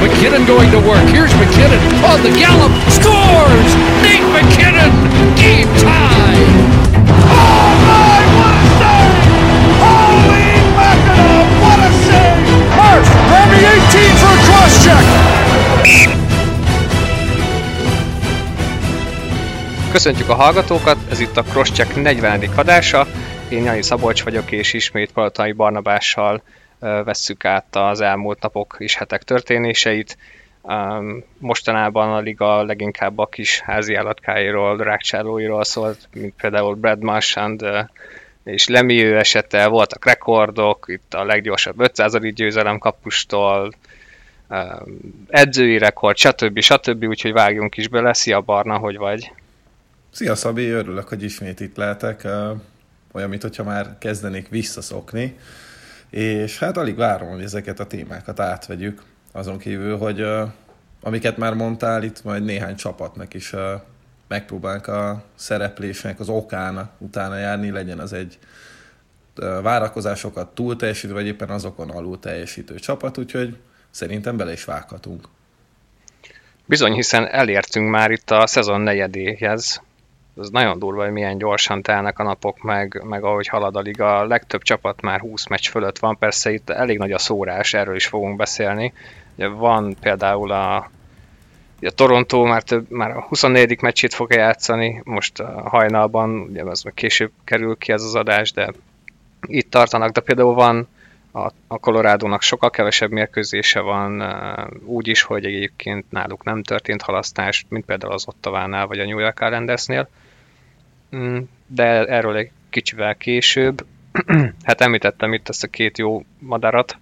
McKinnon going to work. Here's McKinnon on the gallop. Scores! Nate McKinnon! Game tie! Oh my, what a save! Holy mackerel, what a save! Murph, Remy 18 for a cross-check! Köszöntjük a hallgatókat, ez itt a Crosscheck 40. adása. Én Jani Szabolcs vagyok, és ismét Palotai Barnabással vesszük át az elmúlt napok és hetek történéseit. Mostanában a liga leginkább a kis házi állatkáiról, rákcsálóiról szólt, mint például Brad Marchand és Lemieux esete, voltak rekordok, itt a leggyorsabb 500. győzelem kapustól, edzői rekord, stb. Úgyhogy vágjunk is bele. Szia Barna, hogy vagy? Szia Szabi, örülök, hogy ismét itt lehetek. Olyan, mintha már kezdenék visszaszokni. És hát alig várom, hogy ezeket a témákat átvegyük. Azon kívül, hogy amiket már mondtál, itt majd néhány csapatnak is megpróbálunk a szereplésnek az okán utána járni, legyen az egy várakozásokat túl teljesítő, vagy éppen azokon alul teljesítő csapat, úgyhogy szerintem bele is vághatunk. Bizony, hiszen elértünk már itt a szezon negyedéhez. Ez nagyon durva, hogy milyen gyorsan telnek a napok, meg ahogy halad a liga. A legtöbb csapat már 20 meccs fölött van, persze itt elég nagy a szórás, erről is fogunk beszélni. Ugye van például a Toronto már a 24. meccsét fogja játszani, most hajnalban, ugye az meg később kerül ki ez az adás, de itt tartanak, de például van a Colorado-nak sokkal kevesebb mérkőzése van, úgy is, hogy egyébként náluk nem történt halasztás, mint például az Ottawánál vagy a New York Islandersnél. De erről egy kicsivel később. Hát említettem itt ezt a két jó madarat.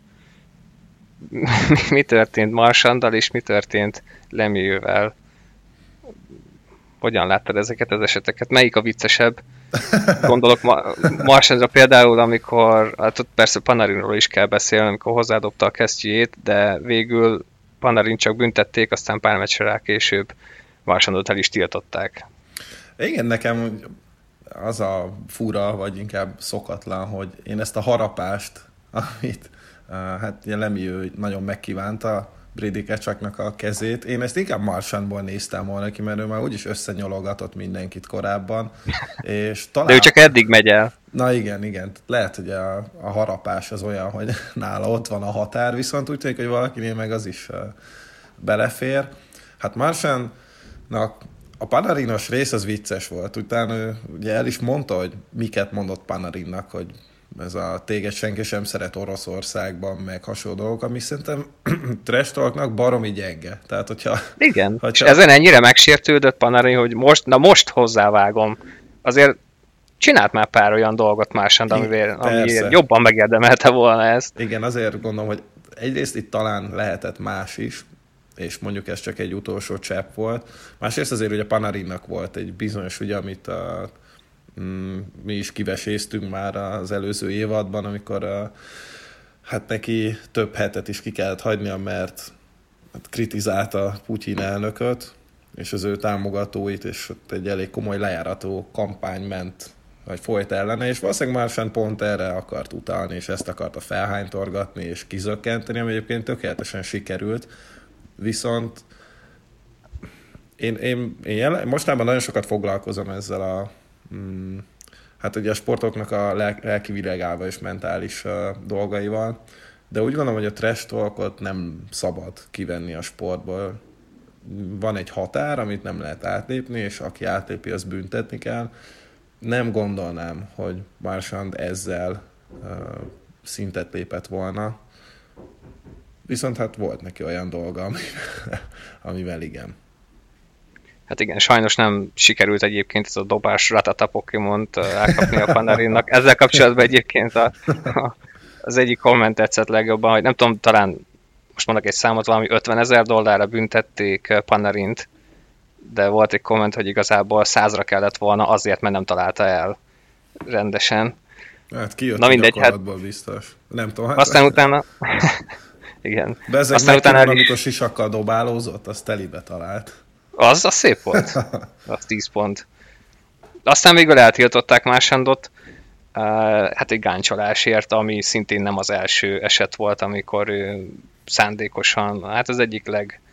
Mi történt Marchanddal és mi történt Lemieux-vel? Hogyan láttad ezeket az eseteket? Melyik a viccesebb? Gondolok Marchandra például, amikor, hát ott persze Panarinról is kell beszélni, amikor hozzádobta a kesztyűjét, de végül Panarin csak büntették, aztán pár meccsre rá később Marchandot el is tiltották. Igen, nekem az a fura, vagy inkább szokatlan, hogy én ezt a harapást, amit hát Lemieux nagyon megkívánta, Brady Tkachuknak a kezét. Én ezt inkább Marchandból néztem volna ki, mert ő már úgyis összenyologatott mindenkit korábban. És talán... De ő csak eddig megy el. Na igen. Lehet, hogy a harapás az olyan, hogy nála ott van a határ, viszont úgy tűnik, hogy valakinél meg az is belefér. Hát Marchandnak a Panarinos rész az vicces volt. Utána ő ugye el is mondta, hogy miket mondott Panarinnak, hogy ez a téged senki sem szeret Oroszországban, meg hasonló dolgok, ami szerintem trash talknak baromi gyenge. Tehát, hogyha... Igen, és ezen ennyire megsértődött Panarin, hogy most hozzávágom. Azért csinált már pár olyan dolgot Marchand, amiért jobban megérdemelte volna ezt. Igen, azért gondolom, hogy egyrészt itt talán lehetett más is, és mondjuk ez csak egy utolsó csepp volt. Másrészt azért ugye Panarinnak volt egy bizonyos, ugye, amit mi is kiveséztünk már az előző évadban, amikor hát neki több hetet is ki kellett hagynia, mert kritizálta Putyin elnököt, és az ő támogatóit, és ott egy elég komoly lejárató kampány ment, vagy folyt ellene, és valószínűleg Marchand pont erre akart utalni, és ezt akarta felhánytorgatni, és kizökkenteni, ami egyébként tökéletesen sikerült. Viszont én mostában nagyon sokat foglalkozom ezzel hát ugye a sportoknak a lelki világával és mentális dolgaival, de úgy gondolom, hogy a trash talkot nem szabad kivenni a sportból. Van egy határ, amit nem lehet átlépni, és aki átlépi, az büntetni kell. Nem gondolnám, hogy Marchand ezzel szintet lépett volna, viszont hát volt neki olyan dolga, amivel igen. Hát igen, sajnos nem sikerült egyébként ez a dobás Ratata Pokémont elkapni a Panarinnak. Ezzel kapcsolatban egyébként az egyik komment tetszett legjobban, hogy nem tudom, talán most mondok egy számot, valami $50,000 büntették Panarint, de volt egy komment, hogy igazából 100-ra kellett volna azért, mert nem találta el rendesen. Hát kijött a gyakorlatból biztos. Nem tudom. Hát... Aztán utána... igen. Bezzeg aztán utána amikor sisakkal dobálózott, azt telibe talált. Az szép volt. Az 10 pont. Aztán végül eltiltották Marchandot, hát egy gáncsolásért, ami szintén nem az első eset volt, amikor ő szándékosan, hát az egyik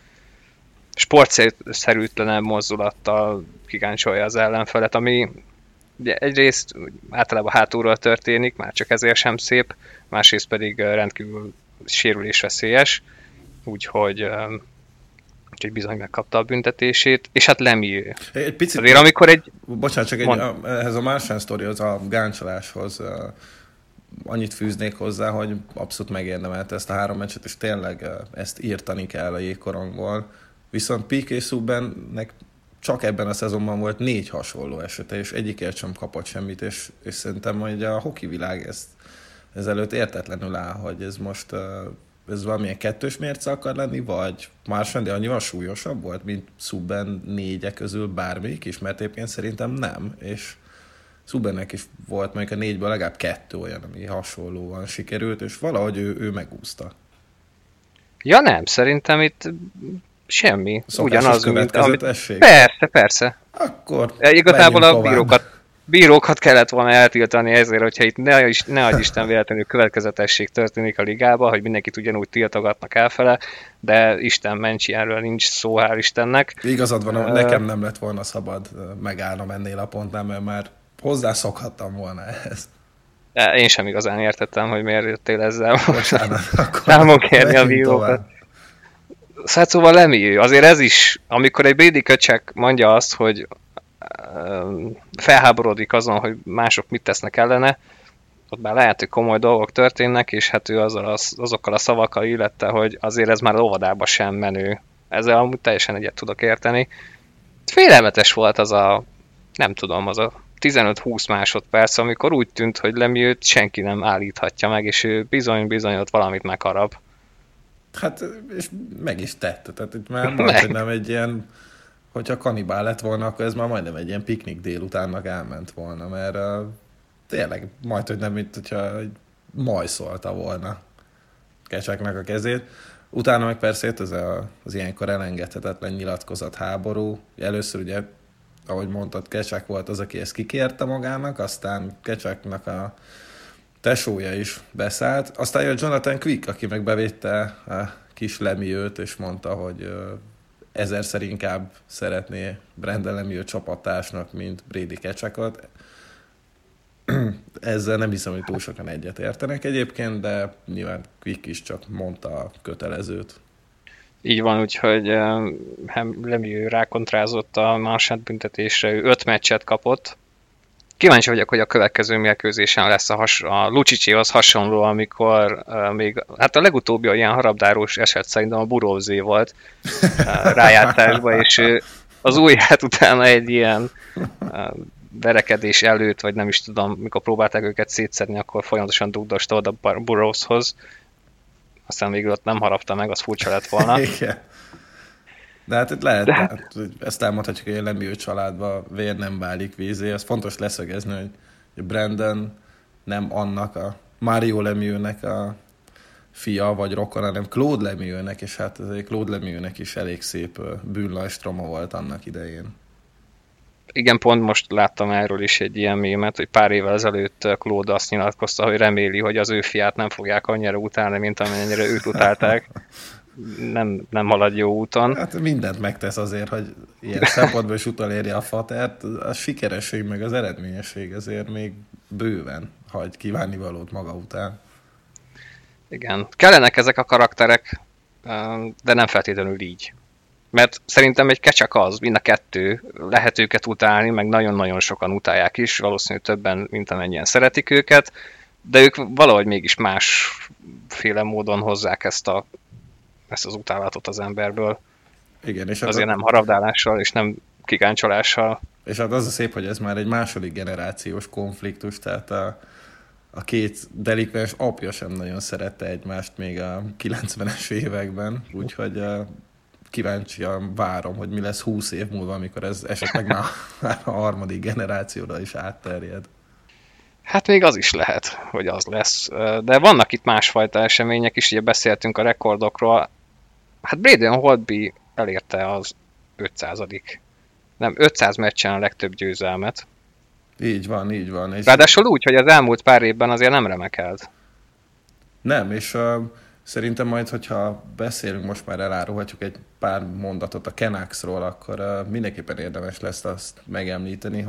sportszerűtlenebb mozdulattal kigáncsolja az ellenfelet, ami ugye egyrészt általában hátulról történik, már csak ezért sem szép, másrészt pedig rendkívül sérülésveszélyes, úgyhogy bizony megkapta a büntetését, és hát Lemieux. Egy picit, azért amikor bocsánat, csak ehhez a Marchand sztorihoz, a gáncsoláshoz annyit fűznék hozzá, hogy abszolút megérdemelte ezt a 3 meccset, és tényleg ezt írtani kell a jégkorongból. Viszont Piqué Subbannek csak ebben a szezonban volt 4 hasonló esete, és egyikért sem kapott semmit, és szerintem, hogy a hoki világ ezelőtt értetlenül áll, hogy ez most ez valamilyen kettős mérce akar lenni, vagy Marchand annyival súlyosabb volt, mint Subban 4 közül bármelyik is, mert egyébként szerintem nem, és Subbannek is volt mondjuk a 4-ből legalább 2 olyan, ami hasonlóan sikerült, és valahogy ő megúszta. Ja nem, szerintem itt semmi. Ugyanaz, mint amit... Persze. Akkor igazából a bírókat kellett volna eltiltani ezért, hogyha itt ne adj Isten véletlenül következetesség történik a ligában, hogy mindenkit ugyanúgy tiltogatnak elfele, de Isten mentsi, erről nincs szó, hál' Istennek. Igazad van, nekem nem lett volna szabad megállnom ennél a pontnál, mert már hozzászokhattam volna ehhez. Én sem igazán értettem, hogy miért jöttél ezzel. Bocsánat, számon kérni a bírókat. Szóval Lemieux, azért ez is, amikor egy Brady Köcsek mondja azt, hogy felháborodik azon, hogy mások mit tesznek ellene, ott már lehet, hogy komoly dolgok történnek, és hát ő azokkal a szavakkal illette, hogy azért ez már óvodába sem menő. Ezzel amúgy teljesen egyet tudok érteni. Félelmetes volt az a 15-20 másodperc, amikor úgy tűnt, hogy Lemieux-t senki nem állíthatja meg, és ő bizony ott valamit megharap. Hát, és meg is tette. Tehát itt már majdnem egy ilyen, hogyha kanibál lett volna, akkor ez már majdnem egy ilyen piknik délutánnak elment volna, mert tényleg majd, hogy nem, mint hogyha majszolta volna Kecseknek a kezét. Utána meg persze jött az ilyenkor elengedhetetlen nyilatkozat háború. Először ugye, ahogy mondtad, Kecsek volt az, aki ezt kikérte magának, aztán Kecseknek a tesója is beszállt. Aztán jött Jonathan Quick, aki meg bevédte a kis Lemieux-t, és mondta, hogy 1000-szer inkább szeretné Brendan Lemieux csapattársnak, mint Brady Ketchukot. Ezzel nem hiszem, hogy túl sokan egyet értenek egyébként, de nyilván Quick is csak mondta a kötelezőt. Így van, úgyhogy Lemieux rákontrázott a Marchand büntetésre, ő 5 meccset kapott. Kíváncsi vagyok, hogy a következő mérkőzésen lesz a Lucsicséhoz hasonló, amikor még, hát a legutóbbi ilyen harabdárós eset szerintem a Burózé volt rájátszásban, és az ujját utána egy ilyen verekedés előtt, vagy nem is tudom, mikor próbálták őket szétszedni, akkor folyamatosan dugdosta oda Burrowshoz. Aztán végül ott nem harapta meg, az furcsa lett volna. Igen. De hát itt lehet, hát, ezt elmondhatjuk, hogy a Lemieux családban vér nem válik vízé. Ez fontos leszögezni, hogy Brandon nem annak a Mario Lemieux-nek a fia vagy rokon, hanem Claude Lemieux-nek, és hát azért Claude Lemieux-nek is elég szép bűnlajstroma volt annak idején. Igen, pont most láttam erről is egy ilyen mémet, hogy pár évvel ezelőtt Claude azt nyilatkozta, hogy reméli, hogy az ő fiát nem fogják annyira utálni, mint amennyire őt utálták. Nem halad jó úton. Hát mindent megtesz azért, hogy ilyen szempontból is utolérje a fatert. A sikeresség meg az eredményesség azért még bőven hagy kívánnivalót maga után. Igen. Kellenek ezek a karakterek, de nem feltétlenül így. Mert szerintem egy Kecsek az, mind a kettő, lehet őket utálni, meg nagyon-nagyon sokan utálják is, valószínűleg többen, mint amennyien szeretik őket, de ők valahogy mégis másféle módon hozzák ezt az utálatot az emberből. Igen, és azért nem harabdálással, és nem kigáncsolással. És hát az a szép, hogy ez már egy második generációs konfliktus, tehát a két delikvens apja sem nagyon szerette egymást még a 90-es években, úgyhogy kíváncsian várom, hogy mi lesz 20 év múlva, amikor ez esetleg már a harmadik generációra is átterjed. Hát még az is lehet, hogy az lesz. De vannak itt másfajta események is, ugye beszéltünk a rekordokról. Hát Braden Holtby elérte az 500 meccsen a legtöbb győzelmet. Így van. És ráadásul úgy, hogy az elmúlt pár évben azért nem remekelt. Nem, és Szerintem majd, hogyha beszélünk, most már elárulhatjuk egy pár mondatot a Canucksról, akkor mindenképpen érdemes lesz azt megemlíteni,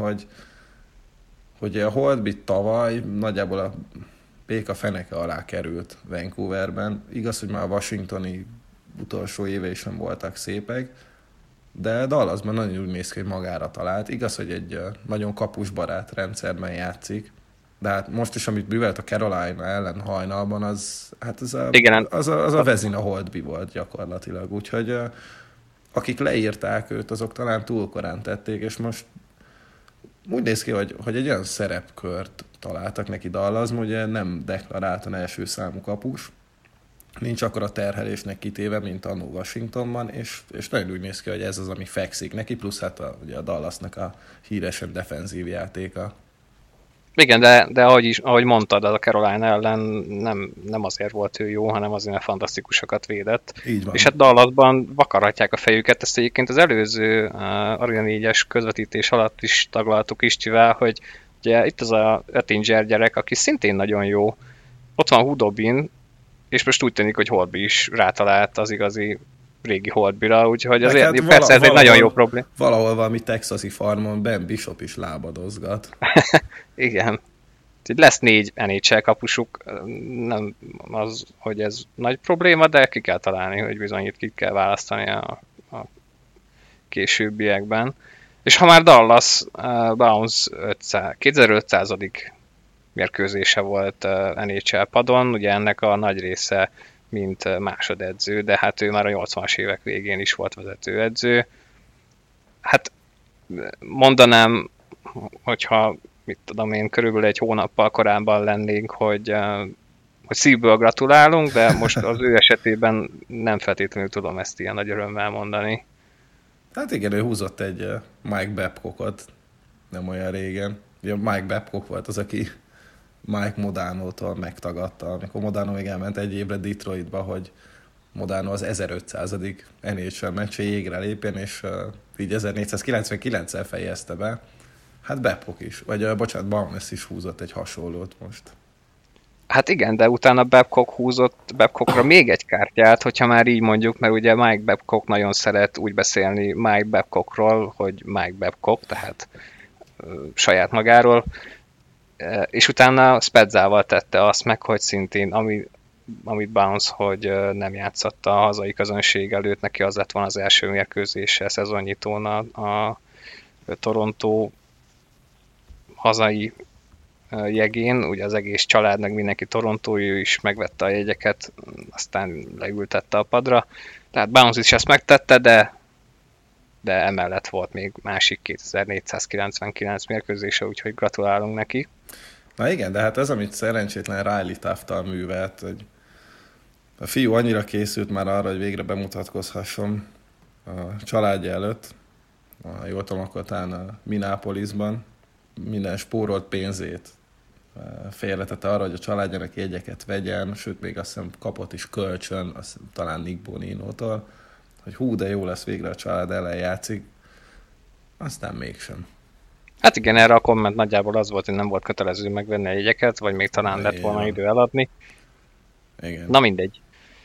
hogy a Holtby tavaly nagyjából a béka feneke alá került Vancouverben. Igaz, hogy már a washingtoni utolsó éve is nem voltak szépek, de Dallasban nagyon úgy néz ki, hogy magára talált. Igaz, hogy egy nagyon kapusbarát rendszerben játszik, de hát most is, amit művelt a Carolina ellen hajnalban, az a Vezina Holtby volt gyakorlatilag. Úgyhogy akik leírták őt, azok talán túl korán tették, és most úgy néz ki, hogy egy olyan szerepkört találtak neki Dallasban, ugye nem deklaráltan első számú kapus, nincs akkora terhelésnek kitéve, mint annó Washingtonban, és nagyon úgy néz ki, hogy ez az, ami fekszik neki, plusz hát ugye a Dallasnak a híresen defenzív játéka. Igen, de ahogy mondtad, a Carolina ellen nem azért volt ő jó, hanem azért, mert fantasztikusokat védett. Így van. És hát Dallasban vakarhatják a fejüket, ezt egyébként az előző Arena 4-es közvetítés alatt is taglaltuk Istivel, hogy ugye itt az a Oettinger gyerek, aki szintén nagyon jó. Ott van Hudobin, és most úgy tűnik, hogy Holtby is rátalált az igazi régi Holtbyra, úgyhogy azért hát persze ez egy nagyon jó probléma. Valahol valami texasi farmon Ben Bishop is lábadozgat. Igen. Lesz 4 NHL kapusuk, nem az, hogy ez nagy probléma, de ki kell találni, hogy bizony itt ki kell választani a későbbiekben. És ha már Dallas Bounce 2500. mérkőzése volt NHL padon, ugye ennek a nagy része mint másodedző, de hát ő már a 80-as évek végén is volt vezetőedző. Hát mondanám, hogyha mit tudom én, körülbelül egy hónappal korábban lennénk, hogy szívből gratulálunk, de most az ő esetében nem feltétlenül tudom ezt ilyen nagy örömmel mondani. Hát igen, ő húzott egy Mike Babcockot nem olyan régen. Ugye Mike Babcock volt az, aki Mike Modano-tól megtagadta, amikor Modano még elment egy évre Detroitba, hogy Modano az 1500. NHL meccsé jégre lépjen, és így 1499-el fejezte be. Hát Babcock is, vagy bocsánat, Bowness is húzott egy hasonlót most. Hát igen, de utána Babcock húzott Babcockra még egy kártyát, hogyha már így mondjuk, mert ugye Mike Babcock nagyon szeret úgy beszélni Mike Babcockról, hogy Mike Babcock, tehát saját magáról, és utána Spezzával tette azt meg, hogy szintén, amit Bounce, hogy nem játszott a hazai közönség előtt, neki az lett volna az első mérkőzése szezonnyitón a Toronto hazai jegén, ugye az egész család, meg mindenki torontói is megvette a jegyeket, aztán leültette a padra. Tehát Bounce is ezt megtette, de emellett volt még másik 2499 mérkőzése, úgyhogy gratulálunk neki. Na igen, de hát ez, amit szerencsétlen Riley Taft-tal művelt, hogy a fiú annyira készült már arra, hogy végre bemutatkozhasson a családja előtt, jól tudom, akkor talán a Minneapolisban, minden spórolt pénzét félretette arra, hogy a családjának jegyeket vegyen, sőt még azt hiszem kapott is kölcsön, talán Nick Bonino-tól, hogy hú, de jó lesz, végre a család ellen játszik, aztán mégsem. Hát igen, erre a komment nagyjából az volt, hogy nem volt kötelező megvenni a jegyeket, vagy még talán lett volna idő eladni. Igen. Na mindegy.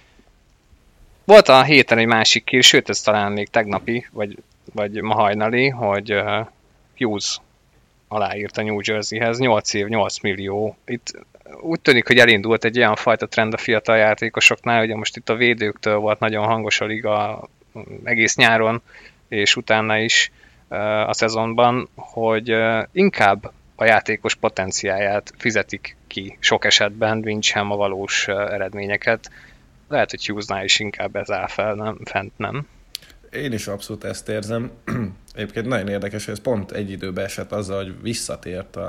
Volt a héten egy másik hír, sőt ez talán még tegnapi, vagy ma hajnali, hogy Hughes aláírt a New Jerseyhez, 8 év, 8 millió. Itt úgy tűnik, hogy elindult egy olyan fajta trend a fiatal játékosoknál, ugye most itt a védőktől volt nagyon hangos a liga egész nyáron, és utána is a szezonban, hogy inkább a játékos potenciáját fizetik ki sok esetben, mint sem a valós eredményeket. Lehet, hogy Hughesnál is inkább ez áll fent, nem? Én is abszolút ezt érzem. Egyébként nagyon érdekes, hogy ez pont egy időben esett azzal, hogy visszatért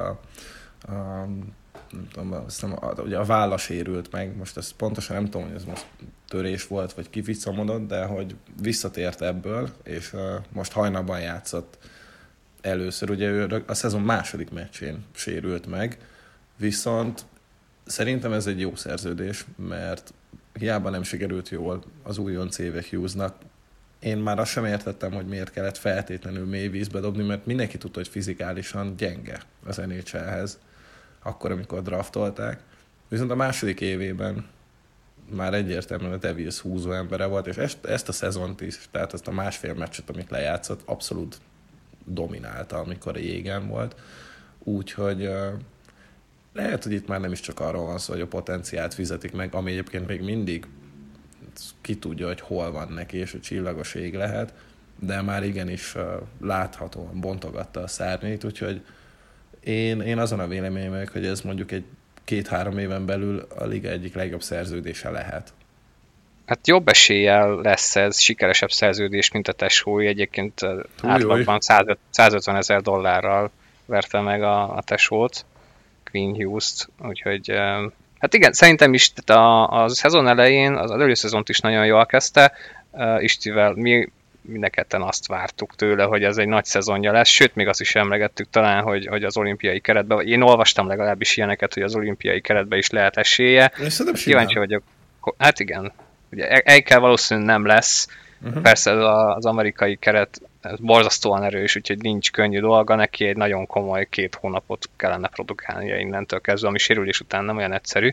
ugye a válla sérült meg, most ezt pontosan nem tudom, hogy ez most törés volt, vagy kivicamodott, de hogy visszatért ebből, és most hajnalban játszott először. Ugye ő a szezon második meccsén sérült meg, viszont szerintem ez egy jó szerződés, mert hiába nem sikerült jól az újonc éve Hughesnak. Én már azt sem értettem, hogy miért kellett feltétlenül mély vízbe dobni, mert mindenki tudta, hogy fizikálisan gyenge az NHL-hez, akkor, amikor draftolták. Viszont a második évében már egyértelműen a Devils húzó embere volt, és ezt a szezont is, tehát ezt a másfél meccset, amit lejátszott, abszolút dominálta, amikor a jégen volt. Úgyhogy lehet, hogy itt már nem is csak arról van szó, hogy a potenciált fizetik meg, ami egyébként még mindig ki tudja, hogy hol van neki, és a csillagos ég lehet, de már igenis láthatóan bontogatta a szárnyait, úgyhogy én azon a véleményem vagyok, hogy ez mondjuk egy 2-3 éven belül a liga egyik legjobb szerződése lehet. Hát jobb eséllyel lesz ez sikeresebb szerződés, mint a Tesói. Egyébként átlagban $150,000 verte meg a Tesót, Quinn Hughes-t, úgyhogy hát igen, szerintem is a szezon elején, az előszezont is nagyon jól kezdte, Istivel mi mindenketten azt vártuk tőle, hogy ez egy nagy szezonja lesz, sőt, még azt is emlegettük talán, hogy az olimpiai keretben, én olvastam legalábbis ilyeneket, hogy az olimpiai keretben is lehet esélye. Kíváncsi vagyok. Hát igen, ugye Eichel valószínűleg nem lesz, persze az amerikai keret ez borzasztóan erős, úgyhogy nincs könnyű dolga, neki egy nagyon komoly 2 hónapot kellene produkálnia innentől kezdve, ami sérülés után nem olyan egyszerű.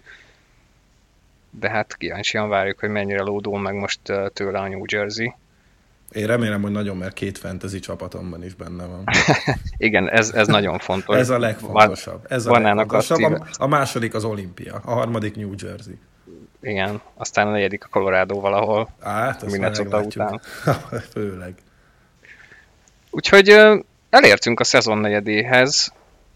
De hát kíváncsian várjuk, hogy mennyire lódul meg most tőle a New Jersey. Én remélem, hogy nagyon, mert 2 fantasy csapatomban is benne van. Igen, ez nagyon fontos. Ez a legfontosabb. A második az Olimpia, a harmadik New Jersey. Igen, aztán a negyedik a Colorado valahol. Hát, Minnesota után. Főleg. Úgyhogy elértünk a szezon negyedéhez.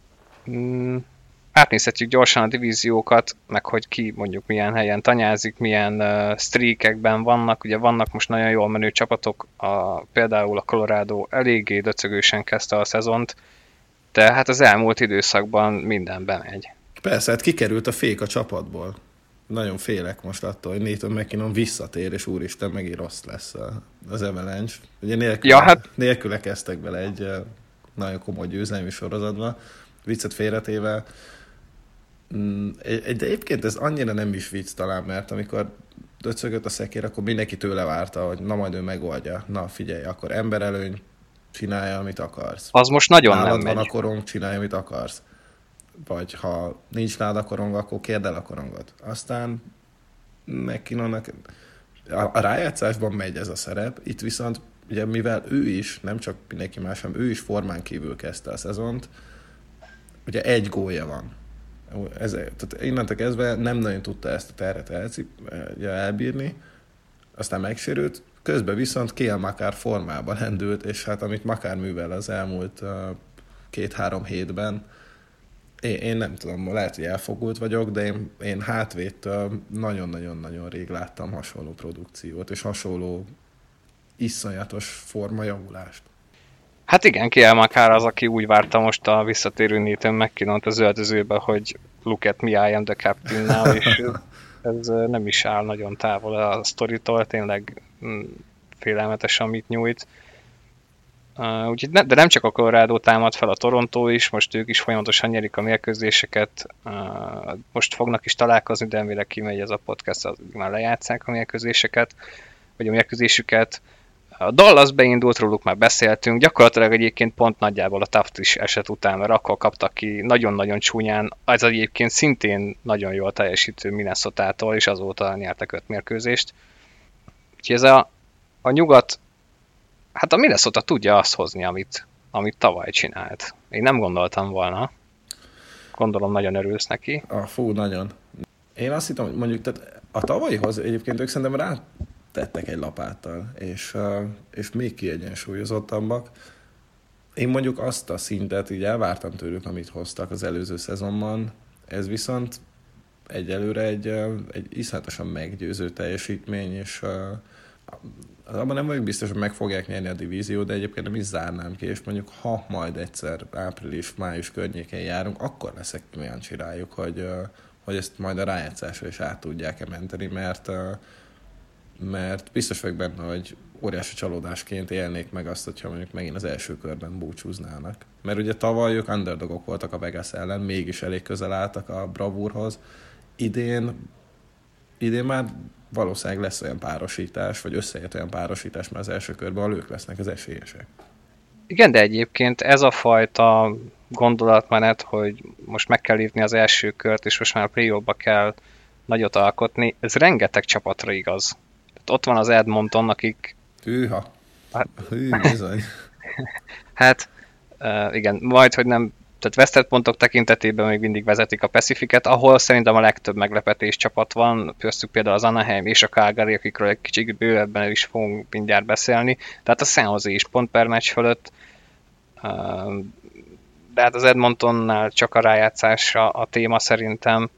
Átnézhetjük gyorsan a divíziókat, meg hogy ki mondjuk milyen helyen tanyázik, milyen streakekben vannak. Ugye vannak most nagyon jól menő csapatok, például a Colorado eléggé döcögősen kezdte a szezont, de hát az elmúlt időszakban minden bemegy. Persze, hát kikerült a fék a csapatból. Nagyon félek most attól, hogy Nathan MacKinnon visszatér, és úristen, megint rossz lesz az Avalanche. Ugye nélküle kezdtek bele egy nagyon komoly győzelmi sorozatba, viccet félretéve. De egyébként ez annyira nem is vicc talán, mert amikor döcögött a szekér, akkor mindenki tőle várta, hogy na majd ő megoldja. Na figyelj, akkor emberelőny, csinálja, amit akarsz. Az most nagyon nálad nem megy. van a korong, csinálja, amit akarsz. Vagy ha nincs nálad a korong, akkor kérd el a korongot. Aztán MacKinnonnak a rájátszásban megy ez a szerep, itt viszont ugye mivel ő is, nem csak mindenki más, hanem ő is formán kívül kezdte a szezont, ugye 1 gólja van. Tehát innentől kezdve nem nagyon tudta ezt a terhet elbírni, aztán megsérült, közben viszont Cale Makar formában lendült, és hát amit Makar művel az elmúlt 2-3 hétben, én nem tudom, lehet, hogy elfogult vagyok, de én hátvédtől nagyon-nagyon-nagyon rég láttam hasonló produkciót, és hasonló iszonyatos formajavulást. Hát igen, Cale Makar az, aki úgy várta most a visszatérő Nathan MacKinnont az öltözőbe, hogy look at me, I am the captain now, és ez nem is áll nagyon távol a sztoritól, tényleg félelmetes, amit nyújt. Úgyhogy de nem csak a Colorado támad fel, a Toronto is, most ők is folyamatosan nyerik a mérkőzéseket, most fognak is találkozni, de mire kimegy ez a podcast, az már lejátszák a mérkőzéseket, vagy a mérkőzésüket. A Dallas beindult, róluk már beszéltünk, gyakorlatilag egyébként pont nagyjából a Taft is eset után, mert akkor kaptak ki nagyon-nagyon csúnyán, az egyébként szintén nagyon jól teljesítő Minnesota-tól, és azóta nyertek 5 mérkőzést. Úgyhogy ez a nyugat, hát a Minnesota tudja azt hozni, amit tavaly csinált. Én nem gondoltam volna. Gondolom nagyon örülsz neki. Fú, nagyon. Én azt hittem, hogy mondjuk, tehát a tavalyihoz egyébként ők szerintem rátettek egy lapáttal, és még kiegyensúlyozottabbak. Én mondjuk azt a szintet így elvártam tőlük, amit hoztak az előző szezonban. Ez viszont egyelőre egy iszonyatosan meggyőző teljesítmény, és abban nem vagyok biztos, hogy meg fogják nyerni a divíziót, de egyébként nem is zárnám ki, és mondjuk ha majd egyszer április-május környékén járunk, akkor leszek kíváncsi rájuk, hogy ezt majd a rájátszásra is át tudják-e menteni, mert biztos vagyok benne, hogy óriási csalódásként élnék meg azt, hogyha mondjuk megint az első körben búcsúznának. Mert ugye tavaly ők underdogok voltak a Vegas ellen, mégis elég közel álltak a bravúrhoz. Idén már valószínűleg lesz olyan párosítás, vagy összejött olyan párosítás, mert az első körben a ők lesznek az esélyesek. Igen, de egyébként ez a fajta gondolatmenet, hogy most meg kell lépni az első kört, és most már a play-offba kell nagyot alkotni, ez rengeteg csapatra igaz. Ott van az Edmonton, akik... Hűha. Bizony. Hát, igen, majd, hogy nem... Tehát vesztett pontok tekintetében még mindig vezetik a Pacificet, ahol szerintem a legtöbb meglepetés csapat van, köztük például az Anaheim és a Calgary, akikről egy kicsit bővebben is fogunk mindjárt beszélni. Tehát a San Jose is pont per meccs fölött, de hát az Edmontonnál csak a rájátszásra a téma szerintem.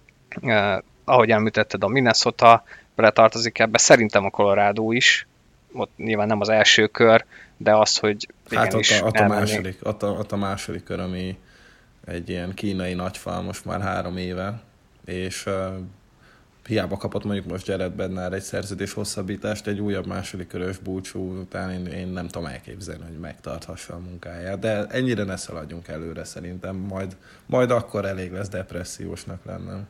Ahogy említetted, a Minnesota beletartozik ebbe, szerintem a Colorado is, ott nyilván nem az első kör, de az, hogy igenis... Hát ott a második kör, ami egy ilyen kínai nagyfal most már 3 éve, és hiába kapott mondjuk most Jared Bednar egy szerződés hosszabbítást, egy újabb második körös búcsú után én nem tudom elképzelni, hogy megtarthassa a munkáját, de ennyire ne szaladjunk előre szerintem, majd akkor elég lesz depressziósnak lennem.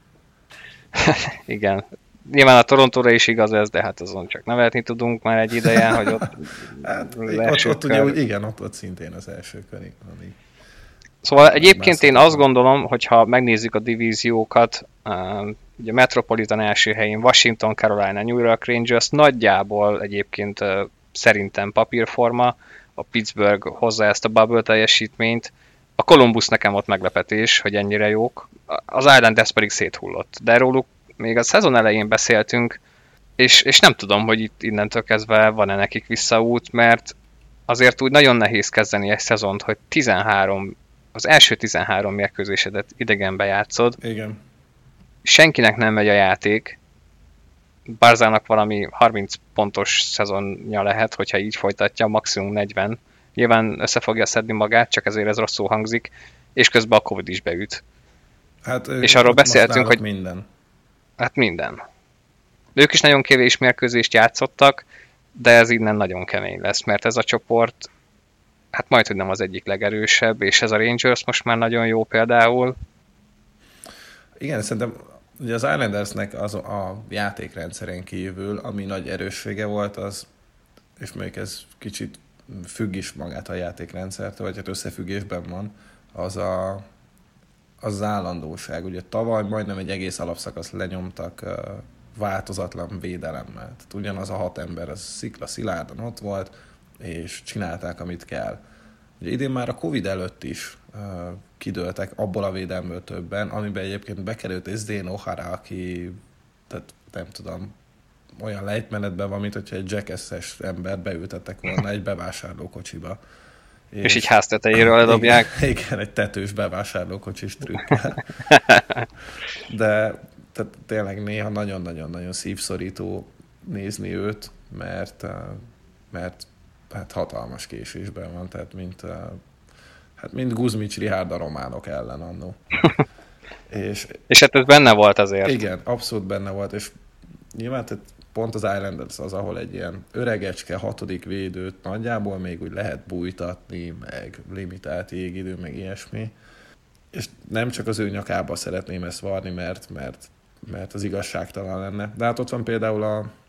Igen. Nyilván a Torontóra is igaz ez, de hát azon csak nevetni tudunk már egy ideje, hogy ott hát, ott ugye, igen, ott szintén az első körig. Szóval egyébként én azt gondolom, hogy ha megnézzük a divíziókat, ugye Metropolitan első helyén Washington, Carolina, New York Rangers, nagyjából egyébként szerintem papírforma, a Pittsburgh hozza ezt a bubble teljesítményt, a Columbus nekem ott meglepetés, hogy ennyire jók, az Islanders pedig széthullott, de róluk még a szezon elején beszéltünk, és nem tudom, hogy itt innentől kezdve van-e nekik visszaút, mert azért úgy nagyon nehéz kezdeni egy szezont, hogy az első 13 mérkőzésedet idegenbe játszod. Igen. Senkinek nem megy a játék. Barzának valami 30 pontos szezonja lehet, hogyha így folytatja, maximum 40. Nyilván össze fogja szedni magát, csak ezért ez rosszul hangzik, és közben a Covid is beüt. Hát, és arról beszéltünk, hogy... Minden. Hát minden. Ők is nagyon kevés mérkőzést játszottak, de ez innen nagyon kemény lesz, mert ez a csoport hát majdhogy nem az egyik legerősebb, és ez a Rangers most már nagyon jó például. Igen, szerintem ugye az Islandersnek az a játékrendszeren kívül, ami nagy erőssége volt, az, és még ez kicsit függ is magát a játékrendszertől, vagy hát összefüggésben van, az állandóság. Ugye tavaly majdnem egy egész alapszakasz lenyomtak változatlan védelemmel. Tehát ugyanaz a 6 ember, az szikla szilárdan ott volt, és csinálták, amit kell. Ugye idén már a Covid előtt is kidőltek abból a védelmből többen, amiben egyébként bekerült egy Zdeno Chara, aki, tehát nem tudom, olyan lejtmenetben van, mint hogyha egy jackass-es embert beültettek volna egy bevásárlókocsiba. És így háztetejéről ledobják. Igen, egy tetős bevásárlókocsis trükkel. De tehát tényleg néha nagyon-nagyon-nagyon szívszorító nézni őt, mert hát hatalmas késésben van, tehát mint Guzmics Richard a románok ellen annó. és hát ez benne volt azért. Igen, abszolút benne volt, és nyilván tehát pont az Islanders az, ahol egy ilyen öregecske 6. védőt nagyjából még úgy lehet bújtatni, meg limitált jégidő, meg ilyesmi. És nem csak az ő nyakába szeretném ezt varni, mert az igazságtalan lenne. De hát ott van például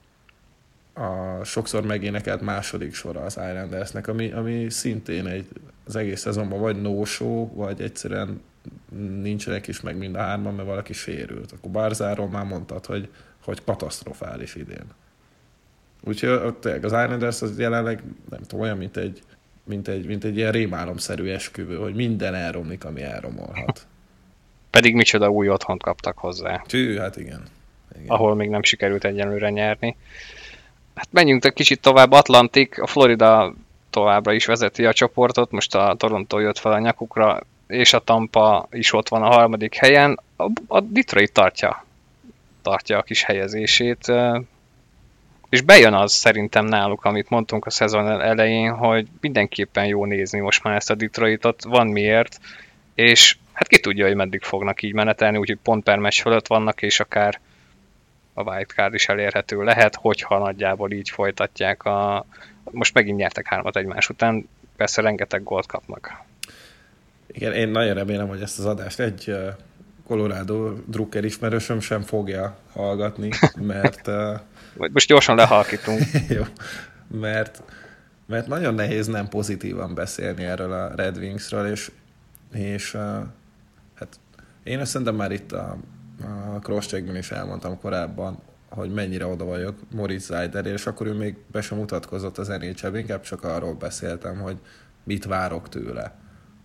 a sokszor megénekelt második sora az Islandersnek, ami szintén az egész szezonban vagy no-show, vagy egyszerűen nincsenek is meg mind a 3-an, mert valaki sérült. Akkor Barzáról már mondtad, hogy katasztrofális idén. Úgyhogy az Islanders az jelenleg nem tudom, olyan, mint egy ilyen rémálomszerű esküvő, hogy minden elromlik, ami elromolhat. Pedig micsoda új otthont kaptak hozzá. Hát igen. Ahol még nem sikerült egyenlőre nyerni. Hát menjünk egy kicsit tovább. Atlantik, a Florida továbbra is vezeti a csoportot, most a Toronto jött fel a nyakukra, és a Tampa is ott van a 3. helyen. A Detroit tartja a kis helyezését, és bejön az szerintem náluk, amit mondtunk a szezon elején, hogy mindenképpen jó nézni most már ezt a Detroitot, van miért, és hát ki tudja, hogy meddig fognak így menetelni, úgyhogy pont per meccs fölött vannak, és akár a wildcard is elérhető lehet, hogyha nagyjából így folytatják. Most megint nyertek 3 egymás után, persze rengeteg gólt kapnak. Igen, én nagyon remélem, hogy ezt az adást egy Colorado Drucker ismerősöm sem fogja hallgatni, mert... Most gyorsan lehalkítunk. Jó, mert nagyon nehéz nem pozitívan beszélni erről a Red Wingsről, és hát én szerintem már itt a crosscheckben is elmondtam korábban, hogy mennyire oda vagyok Moritz Seider, és akkor ő még be sem mutatkozott az NHL-ben, inkább csak arról beszéltem, hogy mit várok tőle.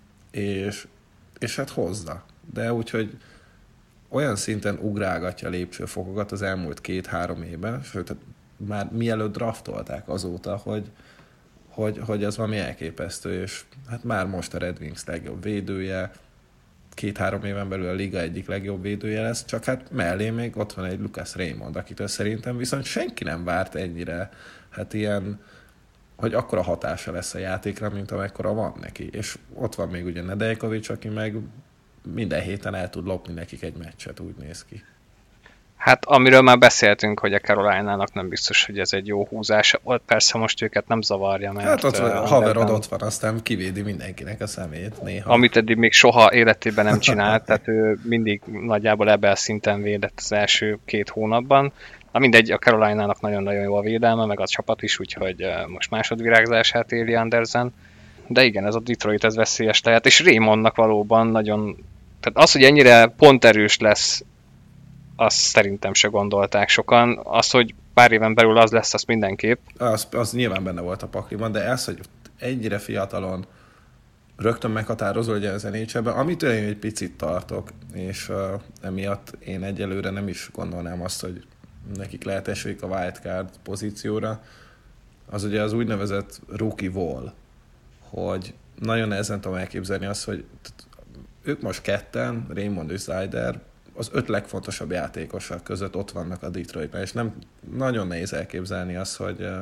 És hát hozza. De úgyhogy olyan szinten ugrálgatja lépcsőfokokat az elmúlt 2-3 évben, sőt, már mielőtt draftolták azóta, hogy ez valami elképesztő, és hát már most a Red Wings legjobb védője, 2-3 éven belül a liga egyik legjobb védője lesz, csak hát mellé még ott van egy Lucas Raymond, akitől szerintem viszont senki nem várt ennyire, hát ilyen, hogy akkora hatása lesz a játékra, mint amekkora van neki. És ott van még ugye Nedeljkovics, aki meg minden héten el tud lopni nekik egy meccset, úgy néz ki. Hát amiről már beszéltünk, hogy a Carolina-nak nem biztos, hogy ez egy jó húzás. Persze most őket nem zavarja, mert... Hát ott van, a haverod ott van, aztán kivédi mindenkinek a szemét néha. Amit eddig még soha életében nem csinált, tehát ő mindig nagyjából ebben a szinten védett az első 2 hónapban. Na mindegy, a Carolina-nak nagyon-nagyon jó a védelme, meg a csapat is, úgyhogy most másodvirágzását éli Andersen. De igen, ez a Detroit, ez veszélyes lehet, és Raymondnak valóban nagyon... Tehát az, hogy ennyire ponterős lesz, azt szerintem se gondolták sokan. Az, hogy pár éven belül az lesz, azt mindenképp. Az nyilván benne volt a pakliban, de ez, hogy ennyire fiatalon rögtön meghatározó legyen az NHL-ben, amitől én egy picit tartok, és emiatt én egyelőre nem is gondolnám azt, hogy nekik lehet esélyük a wildcard pozícióra, az ugye az úgynevezett rookie wall, hogy nagyon nehezen tudom elképzelni azt, hogy ők most ketten, Raymond és Seider, az 5 legfontosabb játékosak között ott vannak a Detroitban, és nem nagyon nehéz elképzelni azt,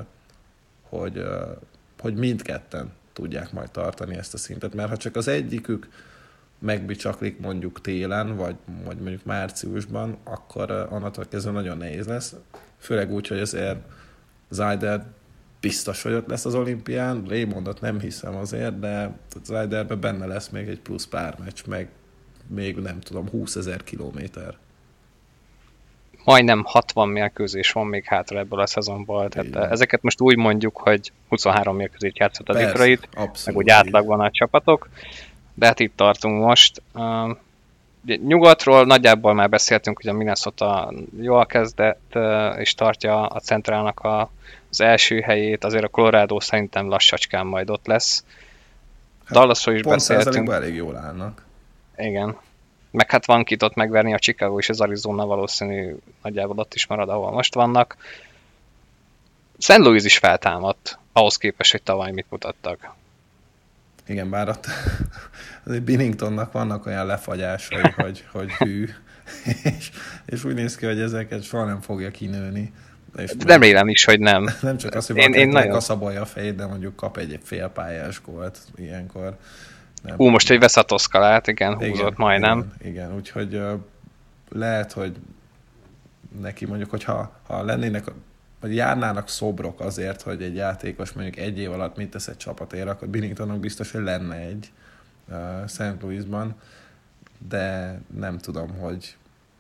hogy mindketten tudják majd tartani ezt a szintet, mert ha csak az egyikük megbicsaklik mondjuk télen, vagy mondjuk márciusban, akkor onnantól kezdve nagyon nehéz lesz. Főleg úgy, hogy azért Seider biztos, hogy ott lesz az olimpián, Raymondot nem hiszem azért, de Seiderben benne lesz még egy plusz pár meccs, meg még nem tudom, 20 000 kilométer. Majdnem 60 mérkőzés van még hátra ebből a szezonból. Tehát ezeket most úgy mondjuk, hogy 23 mérkőzést játszott a Detroit, meg úgy átlagban a csapatok. De hát itt tartunk most. Nyugatról nagyjából már beszéltünk, hogy a Minnesota jól kezdett, és tartja a centrálnak az első helyét. Azért a Colorado szerintem lassacskán majd ott lesz. Hát Dallasról is beszéltünk. Elég jól állnak. Igen. Meg hát van kit ott megverni, a Chicago és az Arizona valószínű nagyjából ott is marad, ahol most vannak. St. Louis is feltámadt, ahhoz képest, hogy tavaly mit mutattak. Igen, bár ott azért Binningtonnak vannak olyan lefagyásai, hogy hű, és úgy néz ki, hogy ezeket soha nem fogja kinőni. És remélem is, hogy nem. Nem csak az, hogy én kaszabolja a fejét, de mondjuk kap egy félpályás gólt ilyenkor. Most egy Vesatoszkalát, igen, húzott majdnem. Igen, úgyhogy lehet, hogy neki mondjuk, hogyha lennének, vagy járnának szobrok azért, hogy egy játékos mondjuk 1 év alatt mit tesz egy csapatért, akkor Binningtonnak biztos, hogy lenne egy St. Louisban, de nem tudom, hogy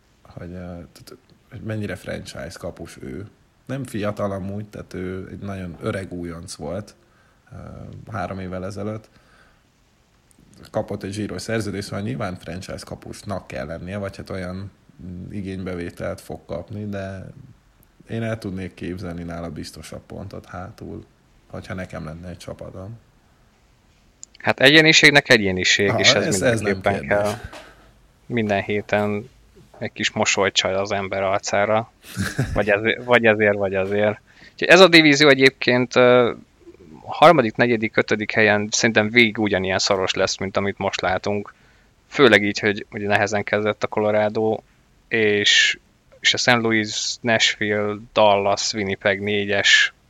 mennyire franchise kapus ő. Nem fiatal amúgy, tehát ő egy nagyon öreg újonc volt 3 évvel ezelőtt. Kapott egy zsíros szerződést, szóval nyilván franchise kapusnak kell lennie, vagy hát olyan igénybevételt fog kapni, de én el tudnék képzelni nála biztosabb pontot hátul, hogyha nekem lenne egy csapatom. Hát egyéniségnek egyéniség, és ez mindenképpen kell. Minden héten egy kis mosolyt csaj az ember arcára, vagy azért. Ez a divízió egyébként 3., 4., 5. helyen szerintem végig ugyanilyen szoros lesz, mint amit most látunk. Főleg így, hogy ugye nehezen kezdett a Colorado, és a St. Louis, Nashville, Dallas, Winnipeg 4-es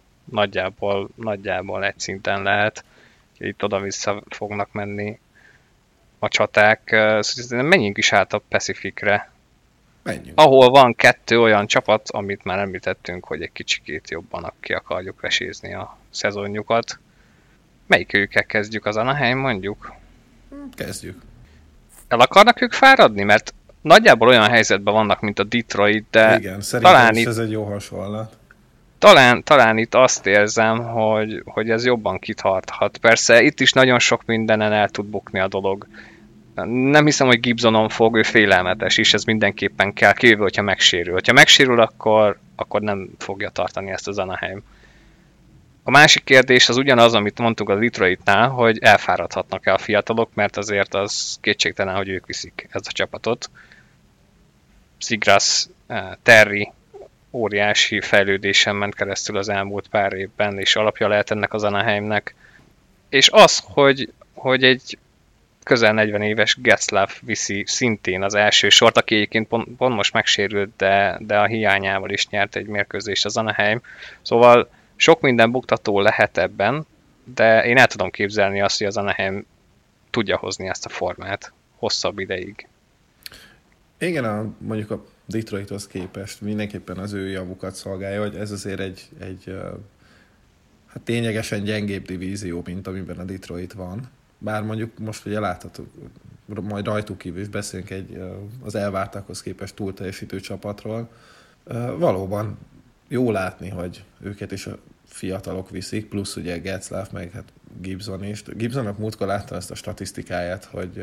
nagyjából egy szinten lehet. Itt oda-vissza fognak menni a csaták. Szóval menjünk is át a Pacificre. Menjünk. Ahol van 2 olyan csapat, amit már említettünk, hogy egy kicsikét jobban ki akarjuk vesézni a szezonjukat. Melyikőjükkel kezdjük, az Anaheim mondjuk? Kezdjük. El akarnak ők fáradni? Mert nagyjából olyan helyzetben vannak, mint a Detroit, de igen, szerintem talán is ez egy jó hasonlat. Talán itt azt érzem, hogy ez jobban kitarthat. Persze itt is nagyon sok mindenen el tud bukni a dolog. Nem hiszem, hogy Gibsonon fog, ő félelmetes is, ez mindenképpen kell, kivéve, hogyha megsérül. Ha megsérül, akkor nem fogja tartani ezt az Anaheim. A másik kérdés az ugyanaz, amit mondtuk a Detroitnál, hogy elfáradhatnak-e a fiatalok, mert azért az kétségtelen, hogy ők viszik ezt a csapatot. Zegras, Terry óriási fejlődésen ment keresztül az elmúlt pár évben, és alapja lehet ennek az Anaheimnek. És az, hogy egy közel 40 éves Getzlaf viszi szintén az első sort, aki egyébként pont most megsérült, de a hiányával is nyert egy mérkőzést az Anaheim. Szóval sok minden buktató lehet ebben, de én el tudom képzelni azt, hogy az Anaheim tudja hozni ezt a formát hosszabb ideig. Igen, mondjuk a Detroithoz képest mindenképpen az ő javukat szolgálja, hogy ez azért egy hát ténylegesen gyengébb divízió, mint amiben a Detroit van. Bár mondjuk most ugye láthatók, majd rajtuk kívül is beszélünk az elvártakhoz képest túl teljesítő csapatról. Valóban jó látni, hogy őket is a fiatalok viszik, plusz ugye Getzlaf, meg hát Gibson is. Gibsonnak múltkor láttam ezt a statisztikáját, hogy